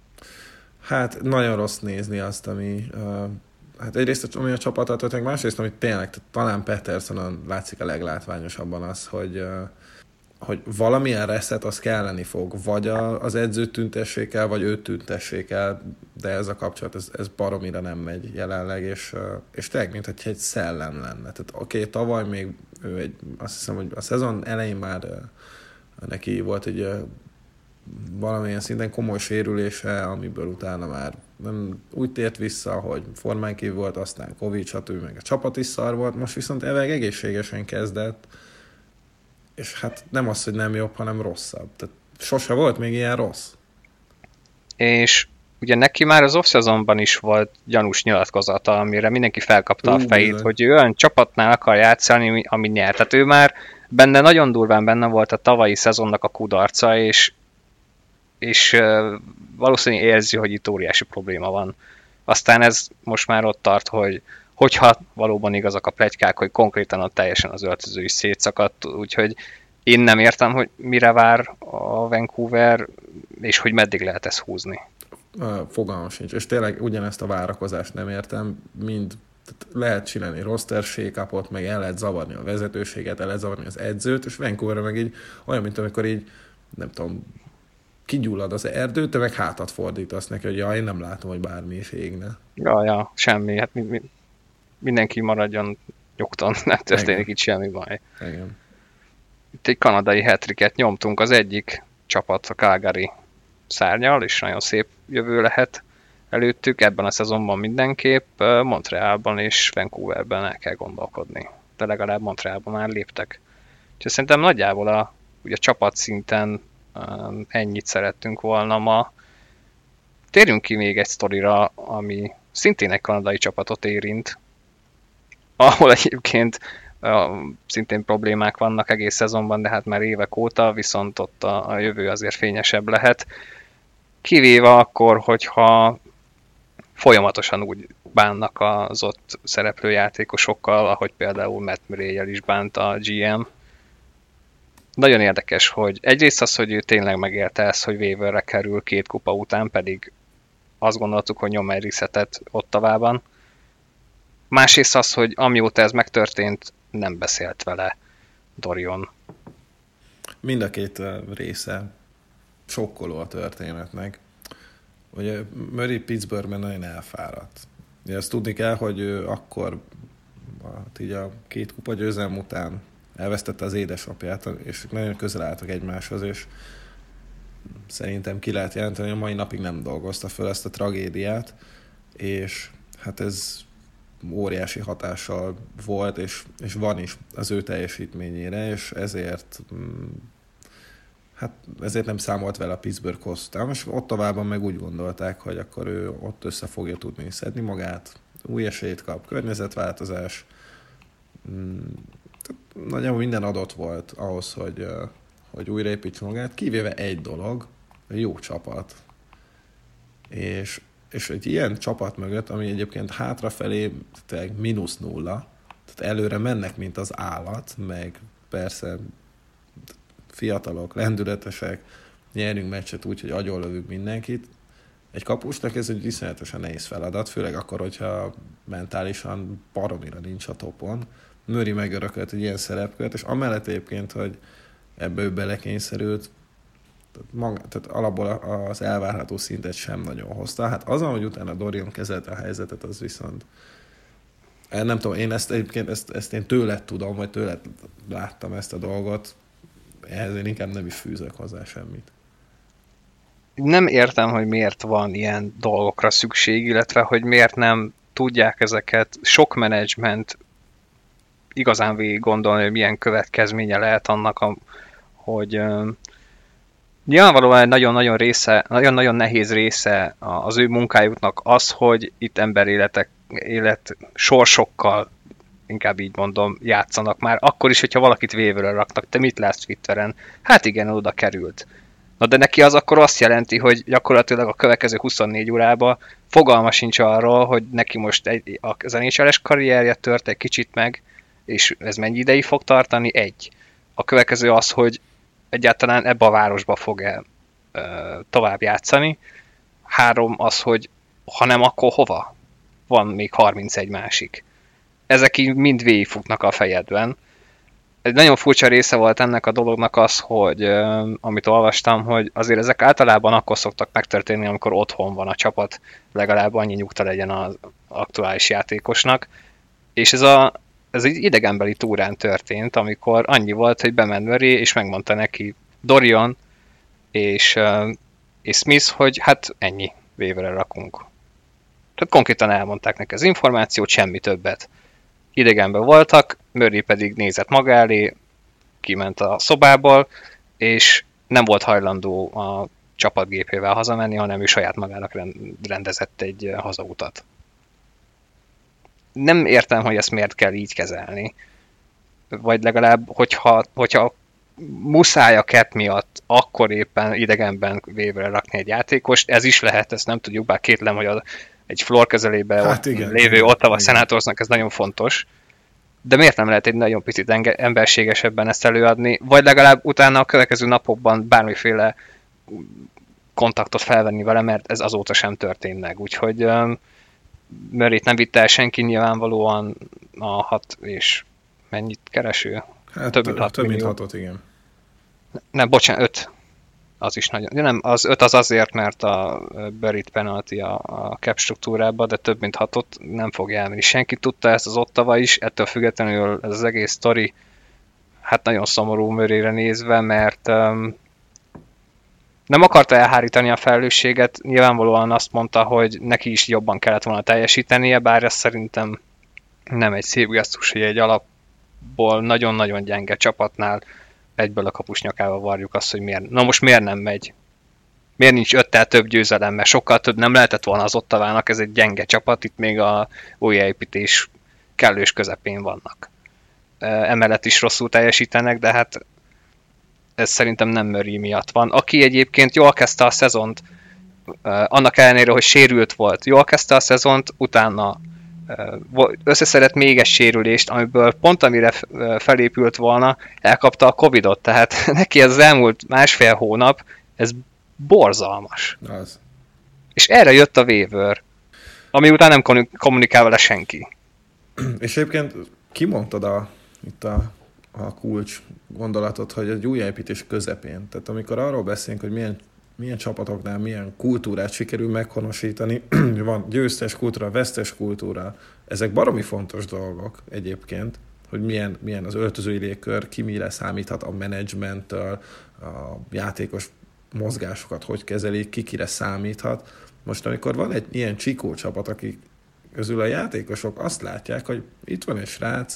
Hát nagyon rossz nézni azt, ami hát egyrészt ami a csapatot történik, másrészt, amit tényleg talán Petterssonon látszik a leglátványosabban az, hogy valamilyen reset az kelleni fog, vagy az edzőt tüntessék el, vagy őt tüntessék el, de ez a kapcsolat, ez baromira nem megy jelenleg, és tényleg, mintha egy szellem lenne. Tehát oké, tavaly még azt hiszem, hogy a szezon elején már neki volt egy valamilyen szinten komoly sérülése, amiből utána már nem úgy tért vissza, hogy formán kívül volt, aztán Covid, stb. Meg a csapat is szar volt, most viszont elvileg egészségesen kezdett, és hát nem az, hogy nem jobb, hanem rosszabb. Tehát sose volt még ilyen rossz. És ugye neki már az off-szezonban is volt gyanús nyilatkozata, amire mindenki felkapta a fejét, bizony, hogy ő olyan csapatnál akar játszani, ami nyert. Tehát ő már nagyon durván benne volt a tavalyi szezonnak a kudarca, és valószínűleg érzi, hogy itt óriási probléma van. Aztán ez most már ott tart, hogyha valóban igazak a pletykák, hogy konkrétan ott teljesen az öltöző is szétszakadt, úgyhogy én nem értem, hogy mire vár a Vancouver, és hogy meddig lehet ezt húzni. Fogalmam sincs, és tényleg ugyanezt a várakozást nem értem, lehet csinálni roster shake-upot, meg el lehet zavarni a vezetőséget, el lehet zavarni az edzőt, és Vancouver meg így olyan, mint amikor így, nem tudom, kigyullad az erdő, te meg hátat fordítasz neki, hogy én nem látom, hogy bármi is égne. Ja, semmi, hát mindenki maradjon nyugton, nem történik itt semmi baj. Igen. Itt egy kanadai hat-tricket nyomtunk, az egyik csapat, a Calgary szárnyal, és nagyon szép jövő lehet előttük, ebben a szezonban mindenképp, Montrealban és Vancouverben el kell gondolkodni. De legalább Montrealban már léptek. Úgyhogy szerintem nagyjából ugye a csapat szinten Ennyit szerettünk volna ma. Térjünk ki még egy sztorira, ami szintén egy kanadai csapatot érint, ahol egyébként szintén problémák vannak egész szezonban, de hát már évek óta, viszont ott a jövő azért fényesebb lehet. Kivéve akkor, hogyha folyamatosan úgy bánnak az ott szereplő játékosokkal, ahogy például Matt Murray-jel is bánt a GM. Nagyon érdekes, hogy egyrészt az, hogy ő tényleg megérte ezt, hogy waiverre kerül 2 kupa után, pedig azt gondoltuk, hogy nyom egy resetet Ottawában. Másrészt az, hogy amióta ez megtörtént, nem beszélt vele Dorion. Mind a két része sokkoló a történetnek. Ugye Murray Pittsburghben nagyon elfáradt. Ugye ezt tudni kell, hogy ő akkor hát így a 2 kupa győzelem után elvesztette az édesapját, és nagyon közel álltak egymáshoz, és szerintem ki lehet jelenteni, hogy a mai napig nem dolgozta föl ezt a tragédiát, és hát ez óriási hatással volt, és van is az ő teljesítményére, és ezért nem számolt vele a Pittsburgh hosszú távon, és Ottawában meg úgy gondolták, hogy akkor ő ott össze fogja tudni szedni magát, új esélyt kap, környezetváltozás, nagyjából minden adott volt ahhoz, hogy újraépítse magát, kivéve egy dolog, egy jó csapat. És egy ilyen csapat mögött, ami egyébként hátrafelé -0, tehát előre mennek, mint az állat, meg persze fiatalok, lendületesek, nyerünk meccset úgy, hogy agyonlövünk mindenkit. Egy kapusnak ez egy viszonyatosan nehéz feladat, főleg akkor, hogyha mentálisan baromira nincs a topon. Murray megörökölt egy ilyen szerepkört, és amellett egyébként, hogy ebbe ő belekényszerült, tehát alapból az elvárható szintet sem nagyon hozta. Hát az, hogy utána Dorion kezelte a helyzetet, az viszont nem tudom, én ezt én tőled tudom, vagy tőled láttam ezt a dolgot, ehhez én inkább nem is fűzök hozzá semmit. Nem értem, hogy miért van ilyen dolgokra szükség, illetve hogy miért nem tudják ezeket sok menedzsment igazán végig gondolni, hogy milyen következménye lehet annak, hogy nyilvánvalóan egy nagyon-nagyon nehéz része az ő munkájuknak az, hogy itt élet sorsokkal, inkább így mondom, játszanak már. Akkor is, hogyha valakit waiverre raknak. Te mit látsz Twitteren? Hát igen, oda került. Na de neki az akkor azt jelenti, hogy gyakorlatilag a következő 24 órában fogalma sincs arról, hogy neki most az NHL-es karrierje tört egy kicsit meg, és ez mennyi ideig fog tartani? 1. A következő az, hogy egyáltalán ebbe a városba fog-e tovább játszani. 3 az, hogy ha nem, akkor hova? Van még 31 másik. Ezek így mind végigfutnak a fejedben. Egy nagyon furcsa része volt ennek a dolognak az, hogy amit olvastam, hogy azért ezek általában akkor szoktak megtörténni, amikor otthon van a csapat, legalább annyi nyugta legyen az aktuális játékosnak. És ez egy idegenbeli túrán történt, amikor annyi volt, hogy bement Murray, és megmondta neki Dorion és Smith, hogy hát ennyi, waiverre rakunk. Tehát konkrétan elmondták neki az információt, semmi többet. Idegenben voltak, Murray pedig nézett maga elé, kiment a szobából, és nem volt hajlandó a csapatgépével hazamenni, hanem ő saját magának rendezett egy hazautat. Nem értem, hogy ezt miért kell így kezelni. Vagy legalább, hogyha muszáj a cap miatt akkor éppen idegenben waiverre rakni egy játékost, ez is lehet, ezt nem tudjuk, bár kétlem, hogy egy floor közelében lévő Ottawa Senatorsnak ez nagyon fontos. De miért nem lehet egy nagyon picit emberségesebben ezt előadni, vagy legalább utána a következő napokban bármiféle kontaktot felvenni vele, mert ez azóta sem történt meg. Úgyhogy Murrayt nem vitte el senki, nyilvánvalóan a 6 és mennyit kereső? Hát több mint 6-ot, igen. Nem, bocsánat, 5. Az is nagyon. Nem, az 5 az azért, mert a buried penalty a cap struktúrában, de több mint 6-ot nem fog elmenni. Senki tudta ezt, az Ottawa is, ettől függetlenül ez az egész sztori hát nagyon szomorú Murrayre nézve, mert nem akarta elhárítani a felelősséget, nyilvánvalóan azt mondta, hogy neki is jobban kellett volna teljesítenie, bár ez szerintem nem egy szép gesztus, hogy egy alapból nagyon-nagyon gyenge csapatnál egyből a kapus nyakába varjuk azt, hogy miért nem megy. Miért nincs 5-tel több győzelem, mert sokkal több nem lehetett volna az Ottavának, ez egy gyenge csapat, itt még a újjáépítés kellős közepén vannak. Emellett is rosszul teljesítenek, de hát ez szerintem nem Murray miatt van. Aki egyébként jól kezdte a szezont, annak ellenére, hogy sérült volt, jól kezdte a szezont, utána összeszedett még egy sérülést, amiből pont amire felépült volna, elkapta a Covidot, tehát neki ez az elmúlt másfél hónap, ez borzalmas. Az. És erre jött a waiver, ami után nem kommunikál vele senki. És egyébként kimondtad itt a kulcs gondolatot, hogy egy újjáépítés közepén. Tehát amikor arról beszélünk, hogy milyen csapatoknál milyen kultúrát sikerül meghonosítani, van győztes kultúra, vesztes kultúra, ezek baromi fontos dolgok egyébként, hogy milyen az öltözői légkör, ki mire számíthat a menedzsmenttől, a játékos mozgásokat hogy kezelik, kire számíthat. Most amikor van egy ilyen csikó csapat, akik közül a játékosok azt látják, hogy itt van egy srác,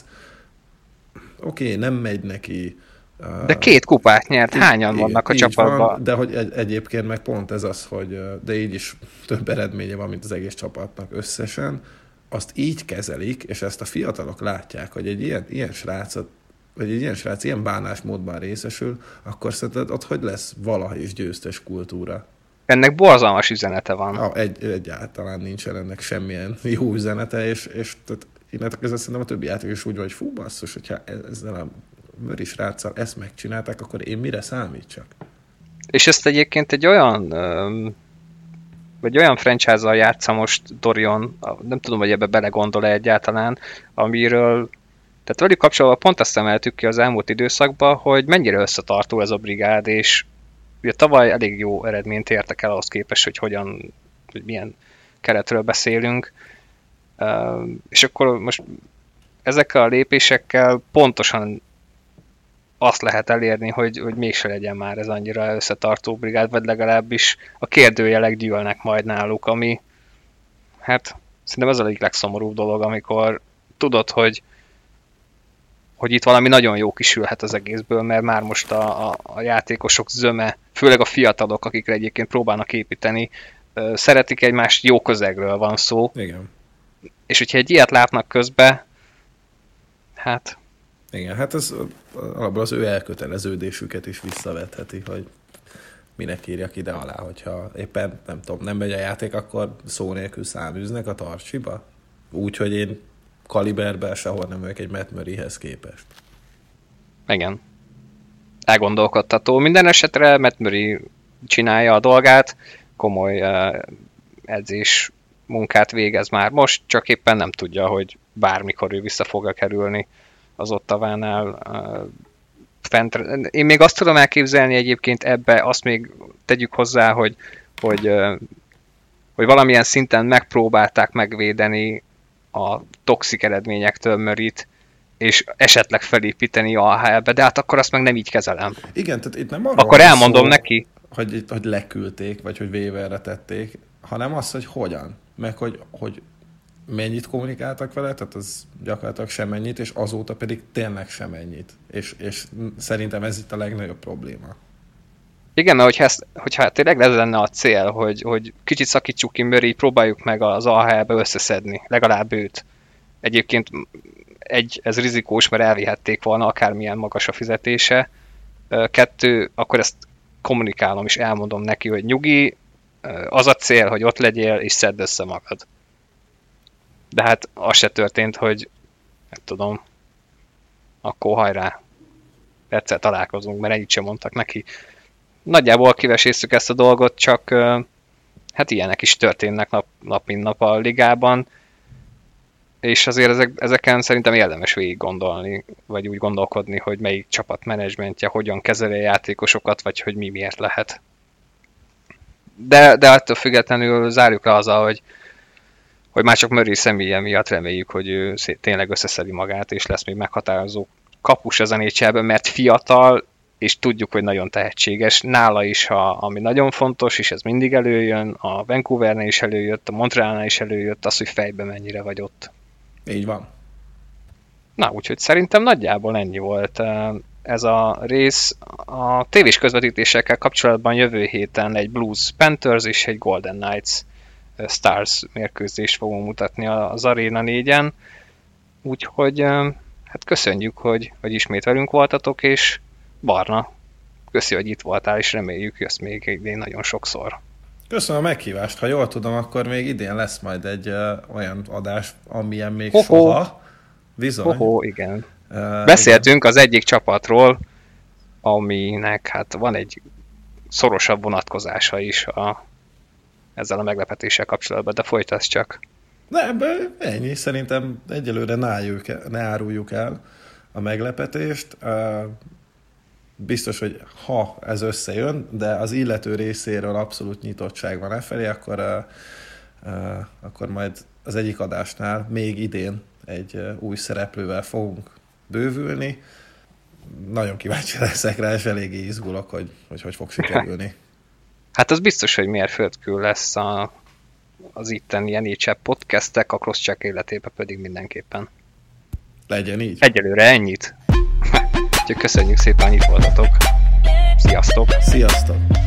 oké, nem megy neki. De 2 kupát nyert, hányan vannak a csapatban? Van, de hogy egyébként meg pont ez az, hogy de így is több eredménye van, mint az egész csapatnak összesen, azt így kezelik, és ezt a fiatalok látják, hogy egy ilyen srácot, vagy egy ilyen srác ilyen bánásmódban részesül, akkor szerinted ott hogy lesz valaha is győztes kultúra? Ennek borzalmas üzenete van. Egyáltalán nincsen ennek semmilyen jó üzenete, és tehát innentől kezdve szerintem a többi játékos úgy van, hogy fú basszus, hogyha ezzel a Murray sráccal ezt megcsinálták, akkor én mire számítsak? És ezt egyébként egy olyan franchise-zal játsza most Dorion, nem tudom, hogy ebbe belegondol-e egyáltalán, amiről, tehát velük kapcsolatban pont azt emeltük ki az elmúlt időszakban, hogy mennyire összetartó ez a brigád, és ugye tavaly elég jó eredményt értek el ahhoz képest, hogy milyen keretről beszélünk, és akkor most ezekkel a lépésekkel pontosan azt lehet elérni, hogy mégse legyen már ez annyira összetartó brigád, vagy legalábbis a kérdőjelek gyűlnek majd náluk, ami hát szerintem ez a legszomorúbb dolog, amikor tudod, hogy itt valami nagyon jó kisülhet az egészből, mert már most a játékosok zöme, főleg a fiatalok, akikre egyébként próbálnak építeni, szeretik egymást, jó közegről van szó. Igen. És hogyha egy ilyet látnak közbe, hát... Igen, hát ez alapból az ő elköteleződésüket is visszavetheti, hogy minek írjak ide alá, hogyha éppen, nem tudom, nem megy a játék, akkor szó nélkül száműznek a tartsiba. Úgyhogy én kaliberben sehol nem vagyok egy Matt Murrayhez képest. Igen. Elgondolkodtató. Minden esetre Matt Murray csinálja a dolgát, komoly edzés munkát végez már most, csak éppen nem tudja, hogy bármikor ő vissza fog kerülni az Ottavánál fent. Én még azt tudom elképzelni egyébként ebbe, azt még tegyük hozzá, hogy valamilyen szinten megpróbálták megvédeni a toxik eredményektől Murrayt, és esetleg felépíteni a AHL-be, de hát akkor azt meg nem így kezelem. Igen, tehát itt nem arra akkor elmondom szó, neki, hogy leküldték, vagy hogy waiverre tették, hanem az, hogy hogyan, meg hogy mennyit kommunikáltak vele, tehát az gyakorlatilag semennyit, és azóta pedig tényleg semennyit. És szerintem ez itt a legnagyobb probléma. Igen, mert hogyha tényleg ez lenne a cél, hogy kicsit szakítsuk ki Murrayt, próbáljuk meg az AHL-be összeszedni, legalább őt. Egyébként ez rizikós, mert elvihették volna, akármilyen magas a fizetése. 2, akkor ezt kommunikálom és elmondom neki, hogy nyugi, az a cél, hogy ott legyél és szedd össze magad. De hát az se történt, hogy nem tudom, akkor hajrá, egyszer találkozunk, mert ennyit sem mondtak neki. Nagyjából kivesézzük ezt a dolgot, csak hát ilyenek is történnek nap mint nap a ligában, és azért ezeken szerintem érdemes végig gondolni, vagy úgy gondolkodni, hogy melyik csapat menedzsmentje hogyan kezeli a játékosokat, vagy hogy miért lehet. De ettől függetlenül zárjuk le azzal, hogy már csak Murray személye miatt reméljük, hogy ő tényleg összeszedi magát, és lesz még meghatározó kapus az NHL-ben, mert fiatal, és tudjuk, hogy nagyon tehetséges. Nála is, ami nagyon fontos, és ez mindig előjön, a Vancouvernél is előjött, a Montrealnál is előjött, az, hogy fejben mennyire vagy ott. Így van. Na, úgyhogy szerintem nagyjából ennyi volt. ez a rész. A tévés közvetítésekkel kapcsolatban jövő héten egy Blues Panthers és egy Golden Knights Stars mérkőzést fogunk mutatni az Arena 4-en. Úgyhogy hát köszönjük, hogy ismét velünk voltatok, és Barna, köszi, hogy itt voltál, és reméljük, jössz még idén nagyon sokszor. Köszönöm a meghívást. Ha jól tudom, akkor még idén lesz majd egy olyan adás, amilyen még soha. Bizony. Igen. Beszéltünk az egyik csapatról, aminek hát van egy szorosabb vonatkozása is ezzel a meglepetéssel kapcsolatban, de folytasd csak. Nem, ennyi. Szerintem egyelőre ne áruljuk el a meglepetést. Biztos, hogy ha ez összejön, de az illető részéről abszolút nyitottság van efelé, akkor majd az egyik adásnál még idén egy új szereplővel fogunk bővülni. Nagyon kíváncsi leszek rá, és eléggé izgulok, hogy fog sikerülni. Hát az biztos, hogy mérföldkő lesz az itteni NHL podcastek, a Crosscheck életében pedig mindenképpen. Legyen így. Egyelőre ennyit. Úgyhogy köszönjük szépen, hogy itt voltatok. Sziasztok! Sziasztok!